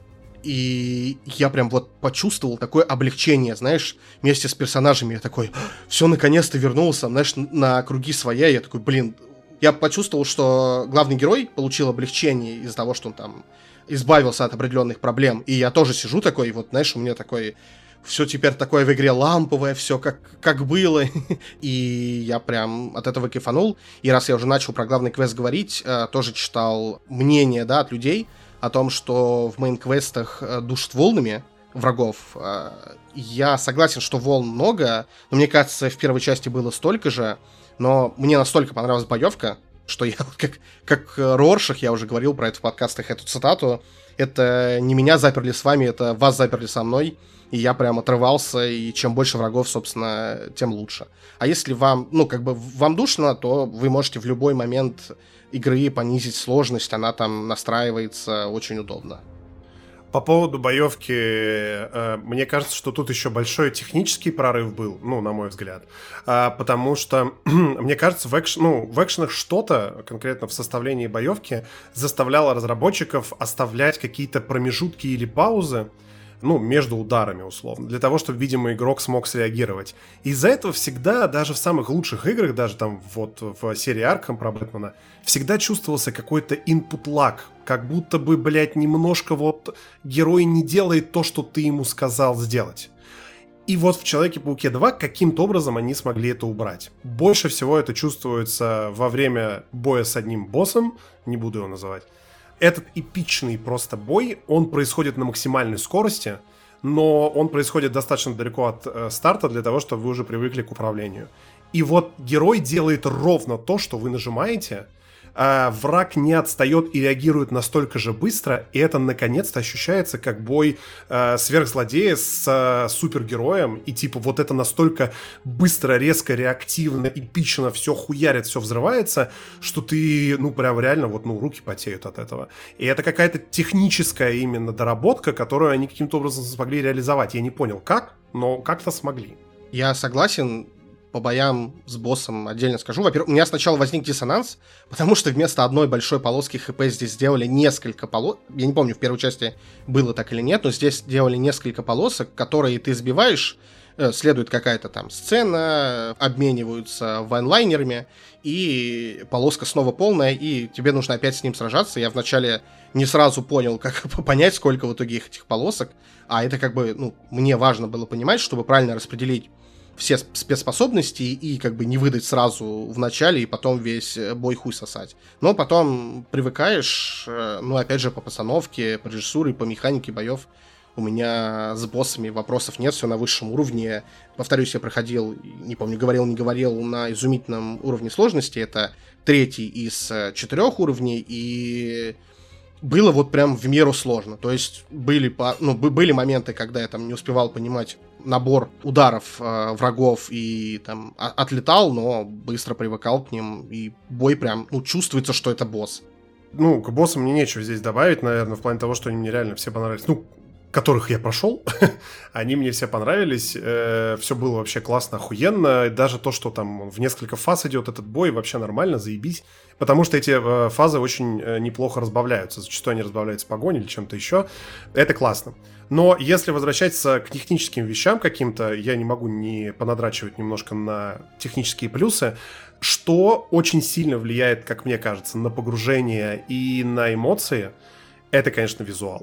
и я прям вот почувствовал такое облегчение, знаешь, вместе с персонажами. Я такой, все, наконец-то вернулся, знаешь, на круги своя. Я такой, блин, я почувствовал, что главный герой получил облегчение из-за того, что он там избавился от определенных проблем. И я тоже сижу такой, вот, знаешь, у меня такой... Все теперь такое в игре ламповое, все как, как было. И я прям от этого кайфанул. И раз я уже начал про главный квест говорить, тоже читал мнение, да, от людей о том, что в мейн-квестах душат волнами врагов. Я согласен, что волн много, но мне кажется, в первой части было столько же. Но мне настолько понравилась боевка, что я как, как Роршах, я уже говорил про это в подкастах, эту цитату. Это не меня заперли с вами, это вас заперли со мной. И я прям отрывался, и чем больше врагов, собственно, тем лучше. А если вам, ну, как бы, вам душно, то вы можете в любой момент игры понизить сложность, она там настраивается очень удобно. По поводу боевки, э, мне кажется, что тут еще большой технический прорыв был, ну, на мой взгляд. А, потому что, мне кажется, в, экш... ну, в экшенах что-то, конкретно в составлении боевки, заставляло разработчиков оставлять какие-то промежутки или паузы, ну, между ударами, условно, для того, чтобы, видимо, игрок смог среагировать. Из-за этого всегда, даже в самых лучших играх, даже там вот в серии Arkham про Бэтмена, всегда чувствовался какой-то input lag, как будто бы, блядь, немножко вот герой не делает то, что ты ему сказал сделать. И вот в Человеке-пауке два каким-то образом они смогли это убрать. Больше всего это чувствуется во время боя с одним боссом, не буду его называть. Этот эпичный просто бой, он происходит на максимальной скорости, но он происходит достаточно далеко от э, старта для того, чтобы вы уже привыкли к управлению. И вот герой делает ровно то, что вы нажимаете, а враг не отстает и реагирует настолько же быстро, и это наконец-то ощущается как бой э, сверхзлодея с э, супергероем, и типа вот это настолько быстро, резко, реактивно, эпично все хуярит, все взрывается, что ты, ну, прям реально вот, ну, руки потеют от этого. И это какая-то техническая именно доработка, которую они каким-то образом смогли реализовать. Я не понял, как, но как-то смогли. Я согласен. По боям с боссом отдельно скажу. Во-первых, у меня сначала возник диссонанс, потому что вместо одной большой полоски ХП здесь сделали несколько полосок. Я не помню, в первой части было так или нет, но здесь сделали несколько полосок, которые ты сбиваешь, следует какая-то там сцена, обмениваются вайнлайнерами, и полоска снова полная, и тебе нужно опять с ним сражаться. Я вначале не сразу понял, как понять, сколько в итоге этих полосок, а это как бы, ну, мне важно было понимать, чтобы правильно распределить все спецспособности и как бы не выдать сразу в начале и потом весь бой хуй сосать. Но потом привыкаешь, ну, опять же, по постановке, по режиссуре, по механике боев у меня с боссами вопросов нет, все на высшем уровне. Повторюсь, я проходил, не помню, говорил, не говорил, на изумительном уровне сложности. Это третий из четырех уровней, и было вот прям в меру сложно. То есть были, ну, были моменты, когда я там не успевал понимать набор ударов э, врагов и там а- отлетал, но быстро привыкал к ним, и бой прям, ну, чувствуется, что это босс. Ну, к боссам мне нечего здесь добавить, наверное, в плане того, что они мне реально все понравились. Ну, которых я прошел, они мне все понравились, э, все было вообще классно, охуенно, и даже то, что там в несколько фаз идет этот бой, вообще нормально, заебись, потому что эти э, фазы очень э, неплохо разбавляются, зачастую они разбавляются погоней или чем-то еще, это классно. Но если возвращаться к техническим вещам каким-то, я не могу не понадрачивать немножко на технические плюсы, что очень сильно влияет, как мне кажется, на погружение и на эмоции, это, конечно, визуал.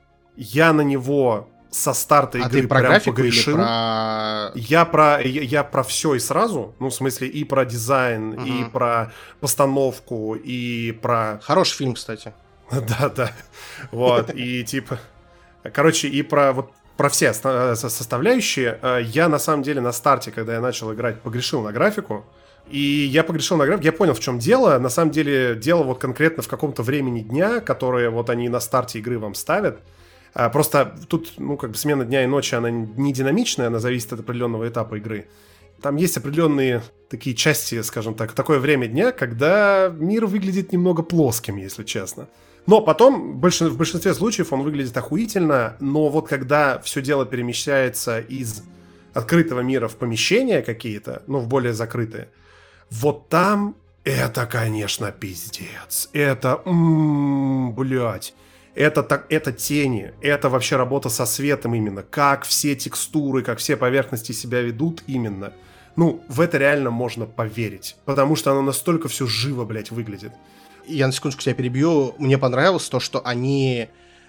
Я на него со старта игры а ты про прям графику погрешил. Или про... Я про, я, я про все и сразу. Ну, в смысле, и про дизайн, угу. и про постановку, и про... Хороший фильм, кстати. Да-да. Вот, и типа... Короче, и про вот про все составляющие. Я, на самом деле, на старте, когда я начал играть, погрешил на графику. И я погрешил на графику, я понял, в чем дело. На самом деле, дело вот конкретно в каком-то времени дня, которое вот они на старте игры вам ставят. Просто тут, ну, как бы смена дня и ночи, она не динамичная, она зависит от определенного этапа игры. Там есть определенные такие части, скажем так, такое время дня, когда мир выглядит немного плоским, если честно. Но потом, в большинстве случаев, он выглядит охуительно, но вот когда все дело перемещается из открытого мира в помещения какие-то, ну, в более закрытые, вот там это, конечно, пиздец. Это, м-м, блядь. Это, так, это тени, это вообще работа со светом именно. Как все текстуры, как все поверхности себя ведут именно. ну, в это реально можно поверить, потому что оно настолько все живо, блядь, выглядит. Я на секундочку тебя перебью. Мне понравилось то, что они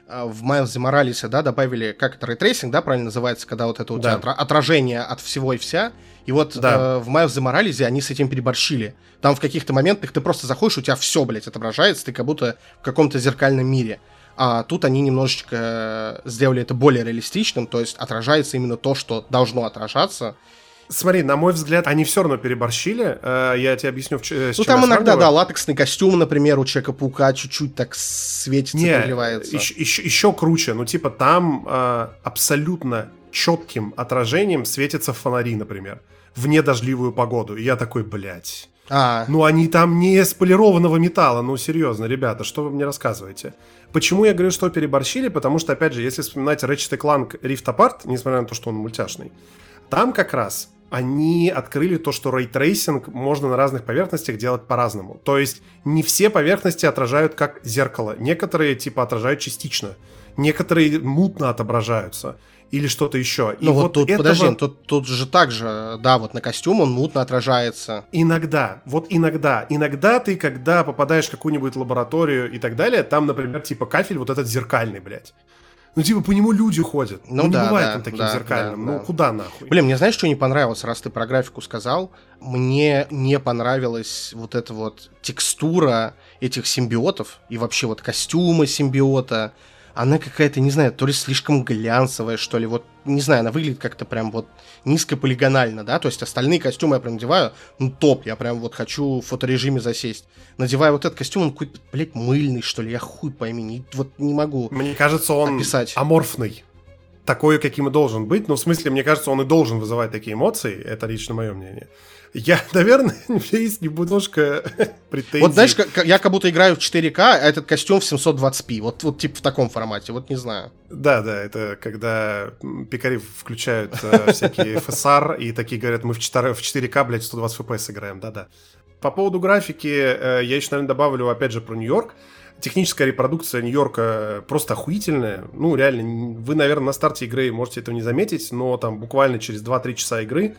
в Майлзе Моралесе, да, добавили, как это, рейтрейсинг, да, правильно называется, когда вот это у да. тебя отражение от всего и вся. И вот да. э, в Майлзе Моралесе они с этим переборщили. Там в каких-то моментах ты просто заходишь, у тебя все, блядь, отображается, ты как будто в каком-то зеркальном мире. А тут они немножечко сделали это более реалистичным, то есть отражается именно то, что должно отражаться. Смотри, на мой взгляд, они все равно переборщили. Я тебе объясню, с чем Ну, там иногда, да, латексный костюм, например, у Человека-паука чуть-чуть так светится, Не, переливается. Еще, еще, еще круче. Ну, типа, там э, абсолютно четким отражением светятся фонари, например, в недождливую погоду. И я такой, блядь. А. Ну, они там не из полированного металла. Ну, серьезно, ребята, что вы мне рассказываете? Почему я говорю, что переборщили? Потому что, опять же, если вспоминать Ratchet энд Clank Rift Apart, несмотря на то, что он мультяшный, там как раз они открыли то, что рейтрейсинг можно на разных поверхностях делать по-разному. То есть не все поверхности отражают как зеркало. Некоторые типа отражают частично. Некоторые мутно отображаются. Или что-то еще. Ну и вот, вот тут, этого... подожди, тут, тут же так же, да, вот на костюм он мутно отражается. Иногда, вот иногда. Иногда ты, когда попадаешь в какую-нибудь лабораторию и так далее, там, например, типа кафель вот этот зеркальный, блядь. Ну, типа, по нему люди ходят. Ну, ну да, не бывает да, он таким да, зеркальным. да, ну, да. куда нахуй? Блин, мне знаешь, что не понравилось, раз ты про графику сказал? Мне не понравилась вот эта вот текстура этих симбиотов и вообще вот костюмы симбиота. Она какая-то, не знаю, то ли слишком глянцевая, что ли. Вот, не знаю, она выглядит как-то прям вот низкополигонально, да? То есть остальные костюмы я прям надеваю, ну, топ, я прям вот хочу в фоторежиме засесть. Надеваю вот этот костюм, он какой-то, блядь, мыльный, что ли, я хуй пойми, не, вот не могу Мне кажется, он описать. аморфный. Такой, каким и должен быть. Ну, в смысле, мне кажется, он и должен вызывать такие эмоции. Это лично мое мнение. Я, наверное, у меня есть немножко претензий. Вот знаешь, как, я как будто играю в четыре ка, а этот костюм в семьсот двадцать пи. Вот, вот типа в таком формате, вот не знаю. Да, да, это когда пикари включают э, всякие эф эс ар и такие говорят, мы в четыре ка, блядь, сто двадцать эф пи эс играем, да-да. По поводу графики, э, я еще, наверное, добавлю, опять же, про Нью-Йорк. Техническая репродукция Нью-Йорка просто охуительная. Ну, реально, вы, наверное, на старте игры можете этого не заметить, но там буквально через два-три часа игры,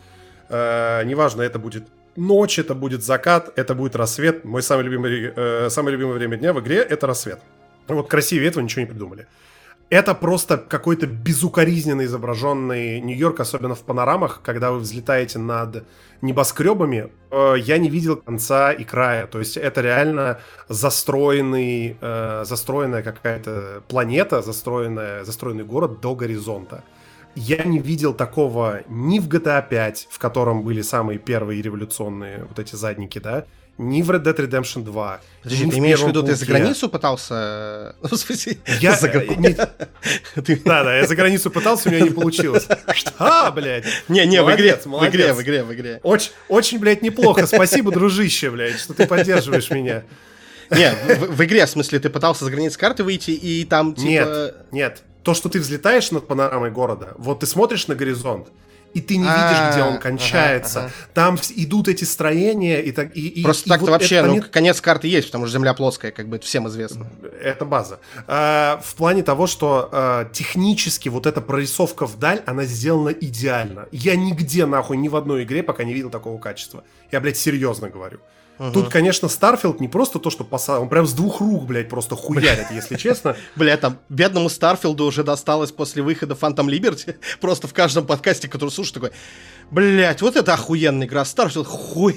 э, неважно, это будет ночь, это будет закат, это будет рассвет. Мой самый любимый, э, самое любимое время дня в игре — это рассвет. Вот красивее этого ничего не придумали. Это просто какой-то безукоризненно изображенный Нью-Йорк, особенно в панорамах, когда вы взлетаете над небоскребами. Э, я не видел конца и края. То есть это реально застроенный, э, застроенная какая-то планета, застроенная, застроенный город до горизонта. Я не видел такого ни в джи ти эй пять, в котором были самые первые революционные вот эти задники, да, ни в Red Dead Redemption два. Подожди, ты имеешь в виду, ты за границу пытался? Ну, в смысле, я... за Да, да, я за границу пытался, у меня не получилось. А, блядь. Не, не, в игре, в игре, в игре, в игре. Очень, очень, блядь, неплохо. Спасибо, дружище, блядь, что ты поддерживаешь меня. Не, в, в игре, в смысле, ты пытался за границу карты выйти, и там, типа... Нет, нет. То, что ты взлетаешь над панорамой города, вот ты смотришь на горизонт, и ты не видишь, где он кончается. Ага, ага. Там идут эти строения. И так, и, Просто и, так-то и вот вообще, ну, момент... конец карты есть, потому что Земля плоская, как бы это всем известно. Это база. А, в плане того, что а, технически вот эта прорисовка вдаль, она сделана идеально. Я нигде, нахуй, ни в одной игре пока не видел такого качества. Я, блядь, серьезно говорю. Угу. Тут, конечно, Старфилд не просто то, что посадил, он прям с двух рук, блядь, просто хуярит, если честно. Бля, там, бедному Старфилду уже досталось после выхода Phantom Liberty, просто в каждом подкасте, который слушаю, такой, блядь, вот это охуенная игра, Старфилд, хуйня.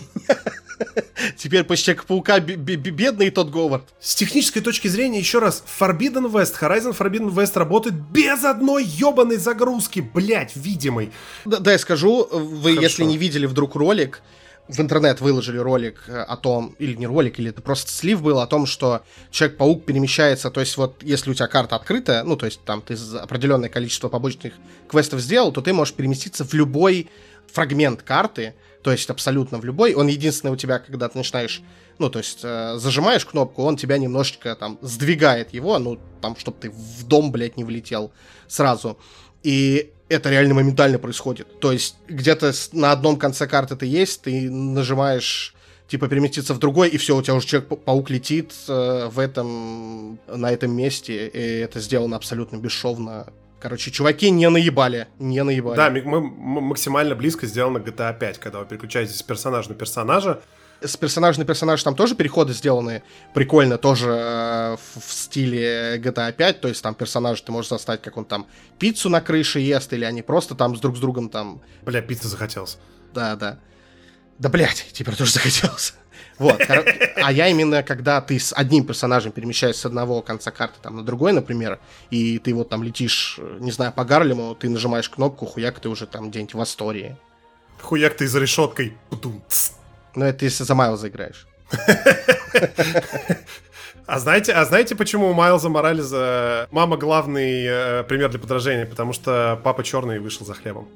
Теперь после Человека-паука бедный тот Говард. С технической точки зрения, еще раз, Forbidden West, Horizon Forbidden West работает без одной ебаной загрузки, блядь, видимой. Да, да, я скажу, вы, Хорошо. Если не видели вдруг ролик, в интернет выложили ролик о том, или не ролик, или это просто слив был, о том, что Человек-паук перемещается, то есть вот если у тебя карта открытая, ну, то есть там ты определенное количество побочных квестов сделал, то ты можешь переместиться в любой фрагмент карты, то есть абсолютно в любой. Он единственный у тебя, когда ты начинаешь, ну, то есть э, зажимаешь кнопку, он тебя немножечко там сдвигает его, ну, там, чтобы ты в дом, блядь, не влетел сразу. И это реально моментально происходит. То есть где-то на одном конце карты ты есть, ты нажимаешь, типа, переместиться в другой, и все, у тебя уже Человек-паук летит э, в этом, на этом месте, и это сделано абсолютно бесшовно, Короче, чуваки не наебали, не наебали. Да, мы, мы максимально близко сделано джи ти эй пять, когда вы переключаетесь с персонажа на персонажа. С персонажа на персонаж там тоже переходы сделаны прикольно, тоже э, в, в стиле джи ти эй пять, то есть там персонажа ты можешь застать, как он там пиццу на крыше ест, или они просто там с друг с другом там... Бля, пицца захотелось. Да, да. Да, блядь, теперь тоже захотелось. Вот. А я именно, когда ты с одним персонажем перемещаешься с одного конца карты там на другой, например, и ты вот там летишь, не знаю, по Гарлему, ты нажимаешь кнопку, хуяк, ты уже там где-нибудь в Астории. Хуяк, ты за решеткой. Ну, это если за Майлза играешь. А знаете, а знаете, почему у Майлза Моралеса мама главный э, пример для подражения? Потому что папа черный вышел за хлебом.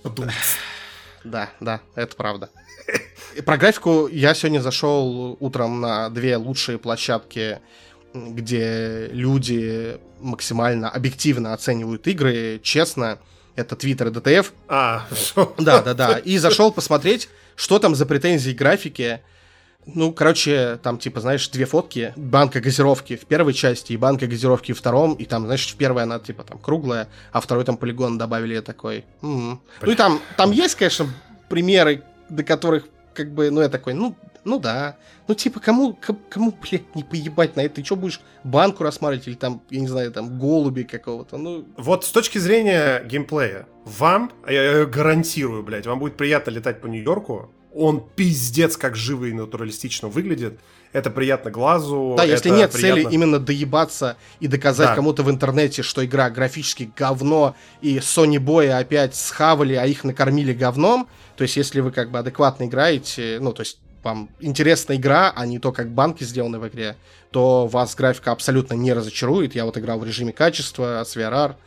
Да, да, это правда. Про графику я сегодня зашел утром на две лучшие площадки, где люди максимально объективно оценивают игры, честно. Это Twitter и ди ти эф. А, да, да, да. И зашел посмотреть, что там за претензии к графике. Ну, короче, там, типа, знаешь, две фотки. Банка газировки в первой части и банка газировки в втором. И там, знаешь, в первой она, типа, там, круглая, а второй там полигон добавили, я такой. М-м. Ну, и там, там есть, конечно, примеры, до которых, как бы, ну, я такой, ну, ну да. Ну, типа, кому, кому, кому, блядь, не поебать на это? Ты что, будешь банку рассматривать или там, я не знаю, там, голуби какого-то? Ну... Вот с точки зрения геймплея, вам, я гарантирую, блядь, вам будет приятно летать по Нью-Йорку. Он пиздец как живо и натуралистично выглядит. Это приятно глазу. Да, если это нет приятно... цели именно доебаться и доказать да. кому-то в интернете, что игра графически говно, и Sony Boy опять схавали, а их накормили говном, то есть если вы как бы адекватно играете, ну, то есть вам интересна игра, а не то, как банки сделаны в игре, то вас графика абсолютно не разочарует. Я вот играл в режиме качества, с ви ар ар.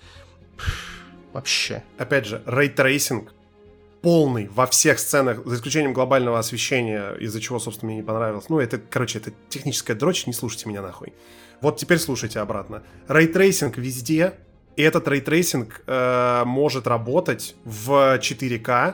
Вообще. Опять же, рейтрейсинг полный во всех сценах, за исключением глобального освещения, из-за чего, собственно, мне не понравилось. Ну, это, короче, это техническая дрочь, не слушайте меня нахуй. Вот теперь слушайте обратно. Рейтрейсинг везде, и этот рейтрейсинг э, может работать в четыре ка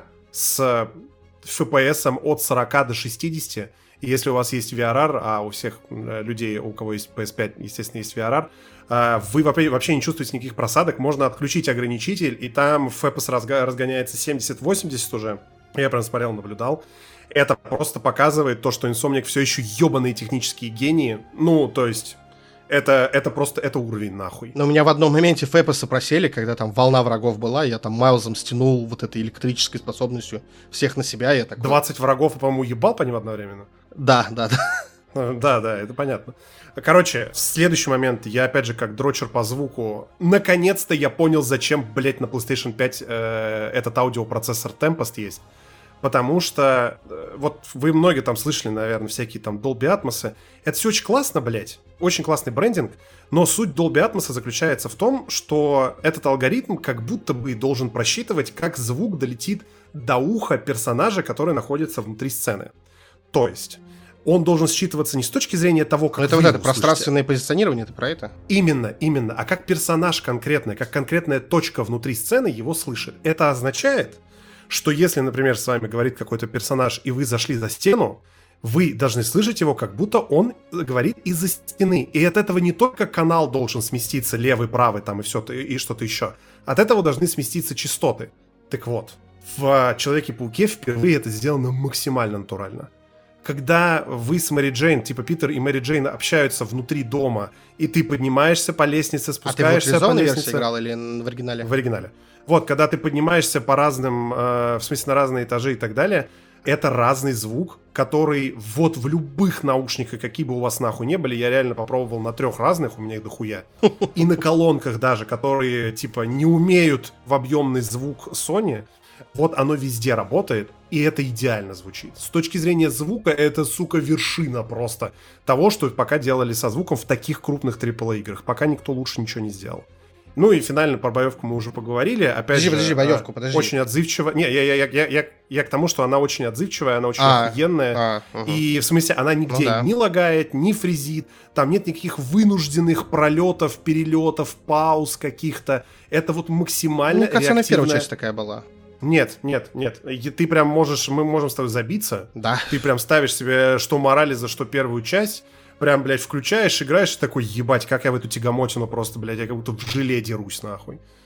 с эф пи эс от сорок до шестидесяти. И если у вас есть ви ар ар, а у всех людей, у кого есть пи эс пять, естественно, есть ви ар ар, вы вообще не чувствуете никаких просадок, можно отключить ограничитель, и там эф пи эс разгоняется семьдесят-восемьдесят уже. Я прям смотрел, наблюдал. Это просто показывает то, что Insomniac все еще ебаные технические гении. Ну, то есть, это, это просто, это уровень нахуй. Но у меня в одном моменте эф пи эс просели, когда там волна врагов была, я там Майлзом стянул вот этой электрической способностью всех на себя. Я такой... двадцать врагов, по-моему, ебал по ним одновременно? Да, да, да. Да, да, это понятно. Короче, в следующий момент, я опять же как дрочер по звуку, наконец-то я понял, зачем, блять, на PlayStation пять э, этот аудиопроцессор Tempest есть. Потому что, э, вот вы многие там слышали, наверное, всякие там Dolby Atmos. Это все очень классно, блять, очень классный брендинг, но суть Dolby Atmos заключается в том, что этот алгоритм как будто бы должен просчитывать, как звук долетит до уха персонажа, который находится внутри сцены. То есть... он должен считываться не с точки зрения того, как... Но это вот это пространственное позиционирование, это про это? Именно, именно. А как персонаж конкретный, как конкретная точка внутри сцены его слышит. Это означает, что если, например, с вами говорит какой-то персонаж, и вы зашли за стену, вы должны слышать его, как будто он говорит из-за стены. И от этого не только канал должен сместиться, левый, правый, там и все, и что-то еще. От этого должны сместиться частоты. Так вот, в Человеке-пауке впервые это сделано максимально натурально. Когда вы с Мэри Джейн, типа Питер и Мэри Джейн общаются внутри дома, и ты поднимаешься по лестнице, спускаешься по лестнице... А ты в локализованной версии играл или в оригинале? В оригинале. Вот, когда ты поднимаешься по разным, э, в смысле, на разные этажи и так далее, это разный звук, который вот в любых наушниках, какие бы у вас нахуй не были, я реально попробовал на трех разных, у меня их дохуя, и на колонках даже, которые, типа, не умеют в объемный звук Sony, вот оно везде работает, и это идеально звучит. С точки зрения звука, это, сука, вершина просто того, что пока делали со звуком в таких крупных трипл эй играх. Пока никто лучше ничего не сделал. Ну и финально про боевку мы уже поговорили. Опять подожди, же, подожди, боевку, подожди. Очень отзывчивая. Не, я, я, я, я, я, я к тому, что она очень отзывчивая, она очень а, охуенная. А, угу. И в смысле, она нигде ну, да. не лагает, не фризит. Там нет никаких вынужденных пролетов, перелетов, пауз каких-то. Это вот максимально Мне кажется, реактивная... она первая часть такая была. Нет, нет, нет. И ты прям можешь, мы можем с тобой забиться. Да. Ты прям ставишь себе что Моралеза, что первую часть. Прям, блядь, включаешь, играешь, и такой, ебать, как я в эту тягомотину просто, блядь, я как будто в желе дерусь, нахуй.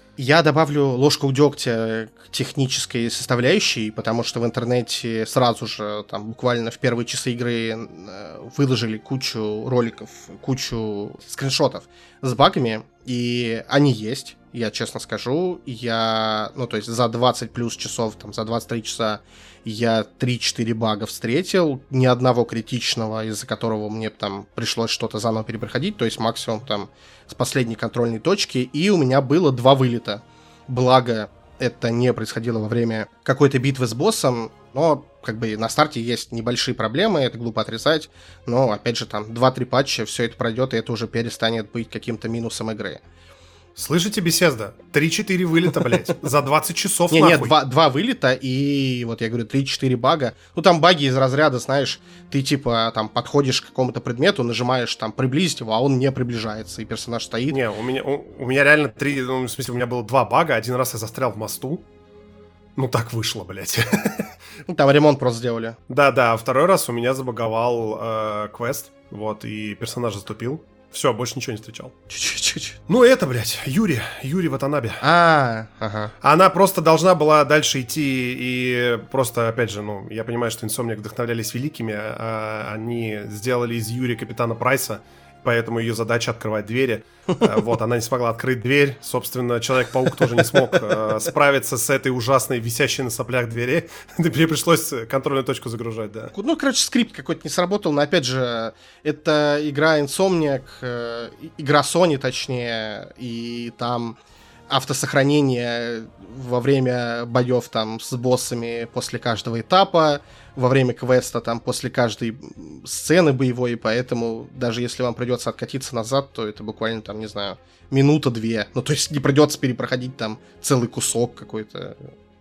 Я добавлю ложку дегтя к технической составляющей, потому что в интернете сразу же, там, буквально в первые часы игры выложили кучу роликов, кучу скриншотов с багами, и они есть, я честно скажу. Я, ну, то есть за двадцать плюс часов, там, за двадцать три часа я три-четыре бага встретил, ни одного критичного, из-за которого мне там пришлось что-то заново перепроходить, то есть максимум там с последней контрольной точки, и у меня было два вылета. Благо, это не происходило во время какой-то битвы с боссом, но как бы на старте есть небольшие проблемы, это глупо отрицать, но опять же там два-три патча, все это пройдет, и это уже перестанет быть каким-то минусом игры. Слышите, Bethesda? три-четыре вылета, блядь, за двадцать часов, не, нахуй. Нет, два, два вылета и, вот я говорю, три-четыре бага. Ну, там баги из разряда, знаешь, ты, типа, там, подходишь к какому-то предмету, нажимаешь, там, приблизить его, а он не приближается, и персонаж стоит. Не, у меня, у, у меня реально три, ну, в смысле, у меня было два бага. Один раз я застрял в мосту. Ну, так вышло, блядь. Ну, там ремонт просто сделали. Да-да, а второй раз у меня забаговал э, квест, вот, и персонаж заступил. Все, больше ничего не встречал. Чуть-чуть. Ну, это, блядь, Юри, Юри Ватанабе. А, ага. Она просто должна была дальше идти, и просто, опять же, ну, я понимаю, что Insomniac вдохновлялись великими, а они сделали из Юри Капитана Прайса, поэтому ее задача открывать двери. Вот, она не смогла открыть дверь. Собственно, Человек-паук тоже не смог справиться с этой ужасной висящей на соплях двери. Мне пришлось контрольную точку загружать, да. Ну, короче, скрипт какой-то не сработал, но, опять же, это игра Insomniac, игра Sony, точнее, и там автосохранение во время боев там с боссами после каждого этапа, во время квеста там после каждой сцены боевой, поэтому даже если вам придется откатиться назад, то это буквально там, не знаю, минута-две. Ну, то есть не придется перепроходить там целый кусок какой-то.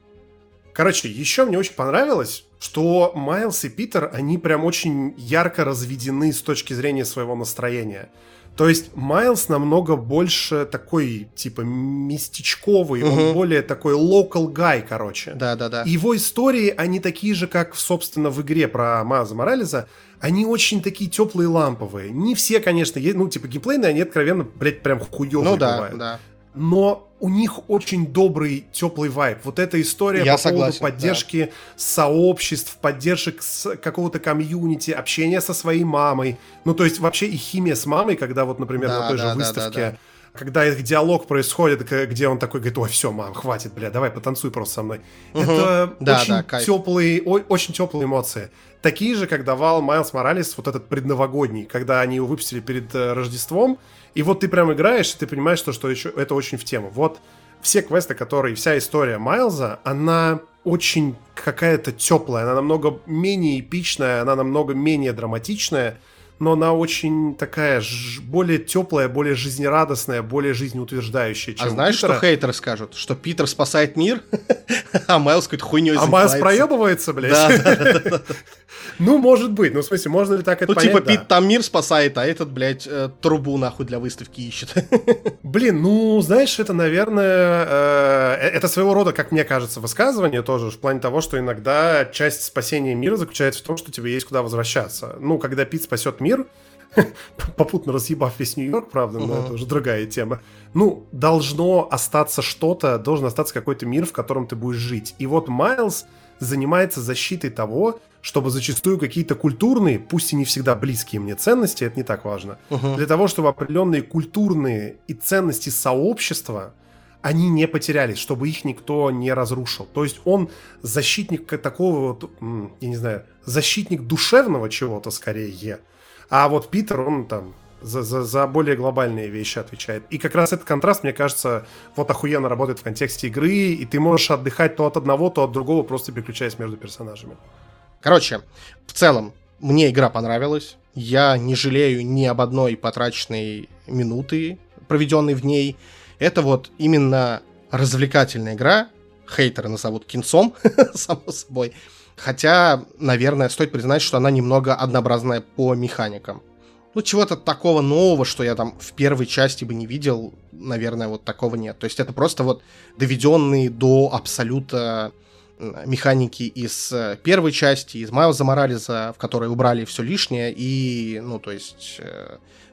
Короче, еще мне очень понравилось, что Майлз и Питер, они прям очень ярко разведены с точки зрения своего настроения. То есть Майлз намного больше такой, типа, местечковый, угу. Он более такой local guy, короче. Да-да-да. Его истории, они такие же, как, собственно, в игре про Майлза Моралеса, они очень такие теплые, ламповые. Не все, конечно, есть, ну, типа, геймплейные, они откровенно, блядь, прям хуёвые ну, да, бывают. Да. Но у них очень добрый, теплый вайб. Вот эта история Я по согласен, поводу поддержки да. сообществ, поддержек с какого-то комьюнити, общения со своей мамой. Ну, то есть вообще и химия с мамой, когда вот, например, да, на той да, же выставке, да, да, да. когда их диалог происходит, где он такой говорит: ой, все, мам, хватит, бля, давай потанцуй просто со мной. Угу. Это да, очень, да, теплые, о, очень теплые эмоции. Такие же, как давал Майлз Моралес, вот этот предновогодний, когда они его выпустили перед э, Рождеством. И вот ты прям играешь, и ты понимаешь, что, что еще, это очень в тему. Вот все квесты, которые, вся история Майлза, она очень какая-то теплая, она намного менее эпичная, она намного менее драматичная, но она очень такая ж- более теплая, более жизнерадостная, более жизнеутверждающая, чем А знаешь, Питера. что хейтеры скажут? Что Питер спасает мир, а Майлз какой-то хуйней занимается. А Майлз проебывается, блядь? Да. Ну, может быть. Ну, в смысле, можно ли так это понять? Ну, типа, Пит там мир спасает, а этот, блядь, трубу, нахуй, для выставки ищет. Блин, ну, знаешь, это, наверное, это своего рода, как мне кажется, высказывание тоже, в плане того, что иногда часть спасения мира заключается в том, что тебе есть куда возвращаться. Ну, когда Пит спасет мир, попутно разъебав весь Нью-Йорк, правда, но uh-huh. это уже другая тема. Ну, должно остаться что-то, должен остаться какой-то мир, в котором ты будешь жить. И вот Майлз занимается защитой того, чтобы зачастую какие-то культурные, пусть и не всегда близкие мне ценности, это не так важно, uh-huh. для того, чтобы определенные культурные и ценности сообщества, они не потерялись, чтобы их никто не разрушил. То есть он защитник такого вот, я не знаю, защитник душевного чего-то скорее. А вот Питер, он там за, за, за более глобальные вещи отвечает. И как раз этот контраст, мне кажется, вот охуенно работает в контексте игры, и ты можешь отдыхать то от одного, то от другого, просто переключаясь между персонажами. Короче, в целом, мне игра понравилась. Я не жалею ни об одной потраченной минуты, проведенной в ней. Это вот именно развлекательная игра. Хейтеры назовут кинцом, само собой. Хотя, наверное, стоит признать, что она немного однообразная по механикам. Ну, чего-то такого нового, что я там в первой части бы не видел, наверное, вот такого нет. То есть это просто вот доведенные до абсолюта механики из первой части, из Майлза Моралеса, в которой убрали все лишнее, и, ну, то есть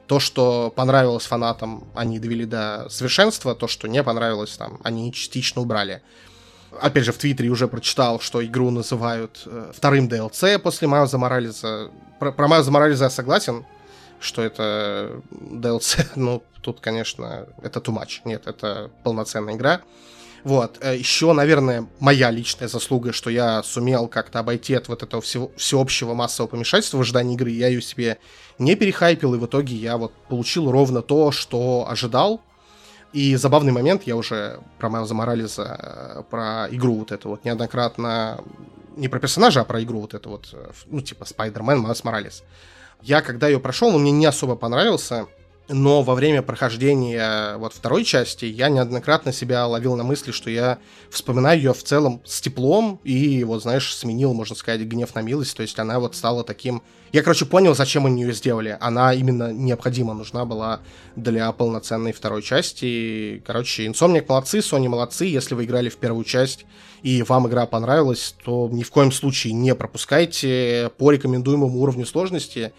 То, что понравилось фанатам, они довели до совершенства, то, что не понравилось, там, они частично убрали. Опять же, в Твиттере уже прочитал, что игру называют э, вторым ди эл си после Майлза Моралеса. Про, про Майлза Моралеса я согласен, что это ди эл си, ну, тут, конечно, это too much. Нет, это полноценная игра. Вот. Еще, наверное, моя личная заслуга, что я сумел как-то обойти от вот этого всего, всеобщего массового помешательства в ожидании игры. Я ее себе не перехайпил, и в итоге я вот получил ровно то, что ожидал. И забавный момент, я уже про Майлза Моралеса, про игру вот эту вот неоднократно, не про персонажа, а про игру вот эту вот, ну, типа Spider-Man, Майлз Моралес. Я, когда ее прошел, он мне не особо понравился, но во время прохождения вот второй части я неоднократно себя ловил на мысли, что я вспоминаю ее в целом с теплом и, вот, знаешь, сменил, можно сказать, гнев на милость, то есть она вот стала таким... Я, короче, понял, зачем они ее сделали. Она именно необходима, нужна была для полноценной второй части. Короче, Insomniac молодцы, Sony молодцы. Если вы играли в первую часть и вам игра понравилась, то ни в коем случае не пропускайте по рекомендуемому уровню сложности.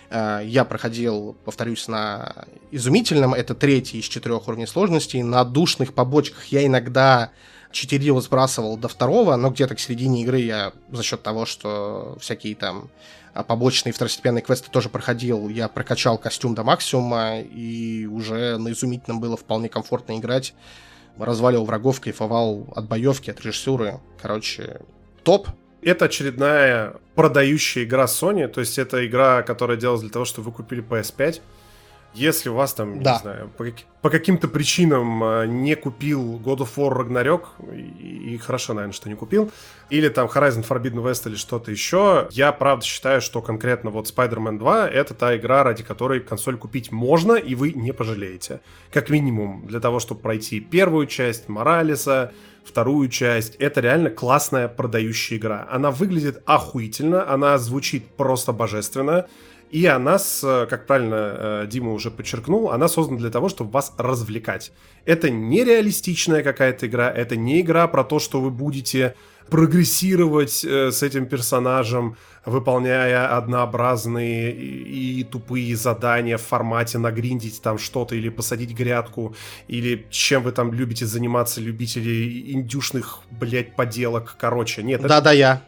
Я проходил, повторюсь, на изумительном. Это третий из четырех уровней сложности. На душных побочках я иногда читерил, сбрасывал до второго, но где-то к середине игры я за счет того, что всякие там побочные второстепенные квесты тоже проходил, я прокачал костюм до максимума, и уже на изумительном было вполне комфортно играть. Разваливал врагов, кайфовал от боевки, от режиссуры. Короче, топ. Это очередная продающая игра Sony, то есть это игра, которая делалась для того, чтобы вы купили пи эс пять. Если у вас там, да. не знаю, по, по каким-то причинам не купил God of War Ragnarok, и, и хорошо, наверное, что не купил, или там Horizon Forbidden West или что-то еще, я правда считаю, что конкретно вот Spider-Man два это та игра, ради которой консоль купить можно, и вы не пожалеете. Как минимум для того, чтобы пройти первую часть Моралеса, вторую часть. Это реально классная продающая игра. Она выглядит охуительно, она звучит просто божественно. И она, как правильно Дима уже подчеркнул, она создана для того, чтобы вас развлекать. Это не реалистичная какая-то игра, это не игра про то, что вы будете прогрессировать с этим персонажем, выполняя однообразные и тупые задания в формате нагриндить там что-то или посадить грядку, или чем вы там любите заниматься, любители индюшных, блять, поделок, короче. Нет. Да-да, это... я.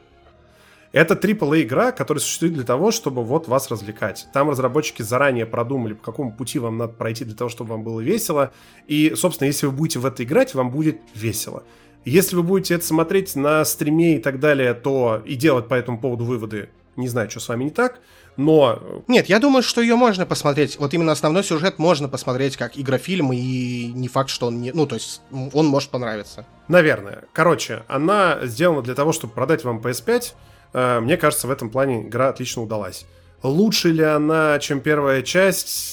Это трипл эй игра, которая существует для того, чтобы вот вас развлекать. Там разработчики заранее продумали, по какому пути вам надо пройти для того, чтобы вам было весело. И, собственно, если вы будете в это играть, вам будет весело. Если вы будете это смотреть на стриме и так далее, то и делать по этому поводу выводы, не знаю, что с вами не так, но... Нет, я думаю, что ее можно посмотреть. Вот именно основной сюжет можно посмотреть как игрофильм, и не факт, что он не... Ну, то есть, он может понравиться. Наверное. Короче, она сделана для того, чтобы продать вам пи эс пять. Мне кажется, в этом плане игра отлично удалась. Лучше ли она, чем первая часть?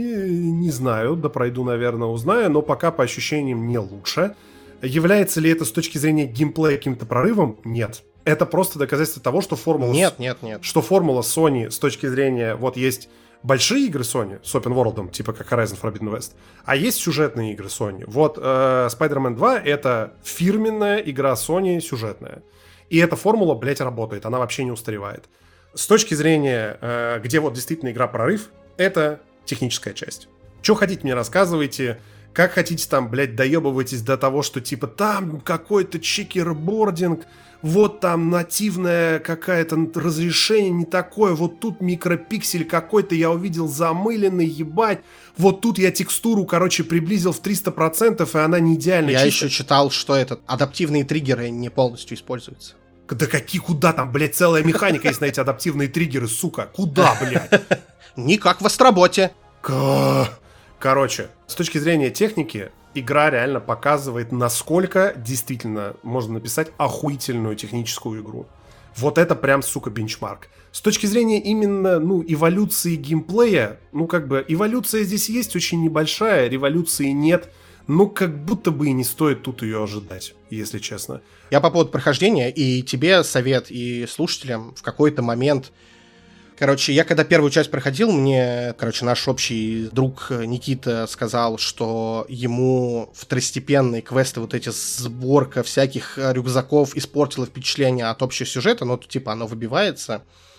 Не знаю, да пройду, наверное, узнаю, но пока по ощущениям не лучше. Является ли это с точки зрения геймплея каким-то прорывом? Нет. Это просто доказательство того, что формула... Нет, нет, нет. Что формула Sony с точки зрения... Вот есть большие игры Sony с open world, типа как Horizon Forbidden West, а есть сюжетные игры Sony. Вот э, Spider-Man два — это фирменная игра Sony сюжетная. И эта формула, блять, работает, она вообще не устаревает. С точки зрения, э, где вот действительно игра прорыв, это техническая часть. Что хотите, мне рассказывайте. Как хотите там, блять, доебывайтесь до того, что типа там какой-то чекербординг, вот там нативное какое-то разрешение не такое, вот тут микропиксель какой-то я увидел замыленный, ебать. Вот тут я текстуру, короче, приблизил в триста процентов, и она не идеальная. Я чисто... еще читал, что этот адаптивные триггеры не полностью используются. Да какие, куда там, блядь, целая механика есть на эти адаптивные триггеры, сука. Куда, блядь? Никак в Астроботе. Короче, с точки зрения техники, игра реально показывает, насколько действительно можно написать охуительную техническую игру. Вот это прям, сука, бенчмарк. С точки зрения именно, ну, эволюции геймплея, ну, как бы, эволюция здесь есть очень небольшая, революции нет. Ну, как будто бы и не стоит тут ее ожидать, если честно. Я по поводу прохождения, и тебе совет, и слушателям в какой-то момент... Короче, я когда первую часть проходил, мне, короче, наш общий друг Никита сказал, что ему второстепенные квесты, вот эти сборка всяких рюкзаков испортила впечатление от общего сюжета, но, типа, оно выбивается.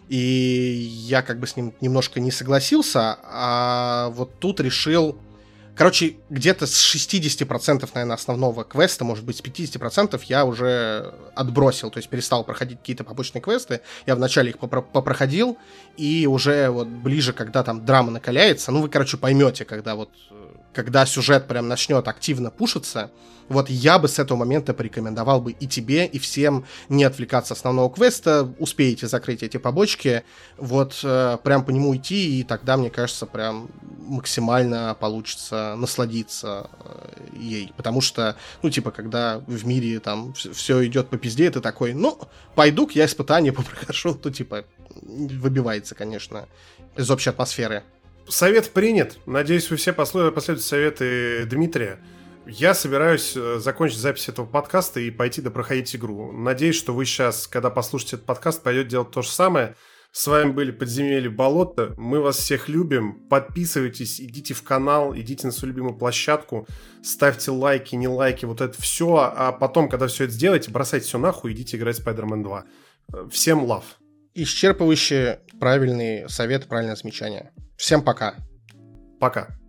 И я как бы с ним немножко не согласился, а вот тут решил... Короче, где-то с шестьдесят процентов, наверное, основного квеста, может быть, с пятьдесят процентов я уже отбросил, то есть перестал проходить какие-то побочные квесты. Я вначале их попро- попроходил, и уже вот ближе, когда там драма накаляется, ну, вы, короче, поймете, когда вот, когда сюжет прям начнет активно пушиться, вот я бы с этого момента порекомендовал бы и тебе, и всем не отвлекаться от основного квеста, успеете закрыть эти побочки, вот э, прям по нему идти, и тогда, мне кажется, прям максимально получится насладиться э, ей, потому что, ну, типа, когда в мире там все идет по пизде, ты такой, ну, пойду-ка я испытание попрохожу, то, типа, выбивается, конечно, из общей атмосферы. Совет принят. Надеюсь, вы все послу- последуете советы Дмитрия. Я собираюсь закончить запись этого подкаста и пойти допроходить игру. Надеюсь, что вы сейчас, когда послушаете этот подкаст, пойдете делать то же самое. С вами были Подземелье Болото. Мы вас всех любим. Подписывайтесь, идите в канал, идите на свою любимую площадку, ставьте лайки, не лайки, вот это все. А потом, когда все это сделаете, бросайте все нахуй, идите играть в Spider-Man два. Всем лав. Исчерпывающие правильные советы, правильное замечание. Всем пока. Пока.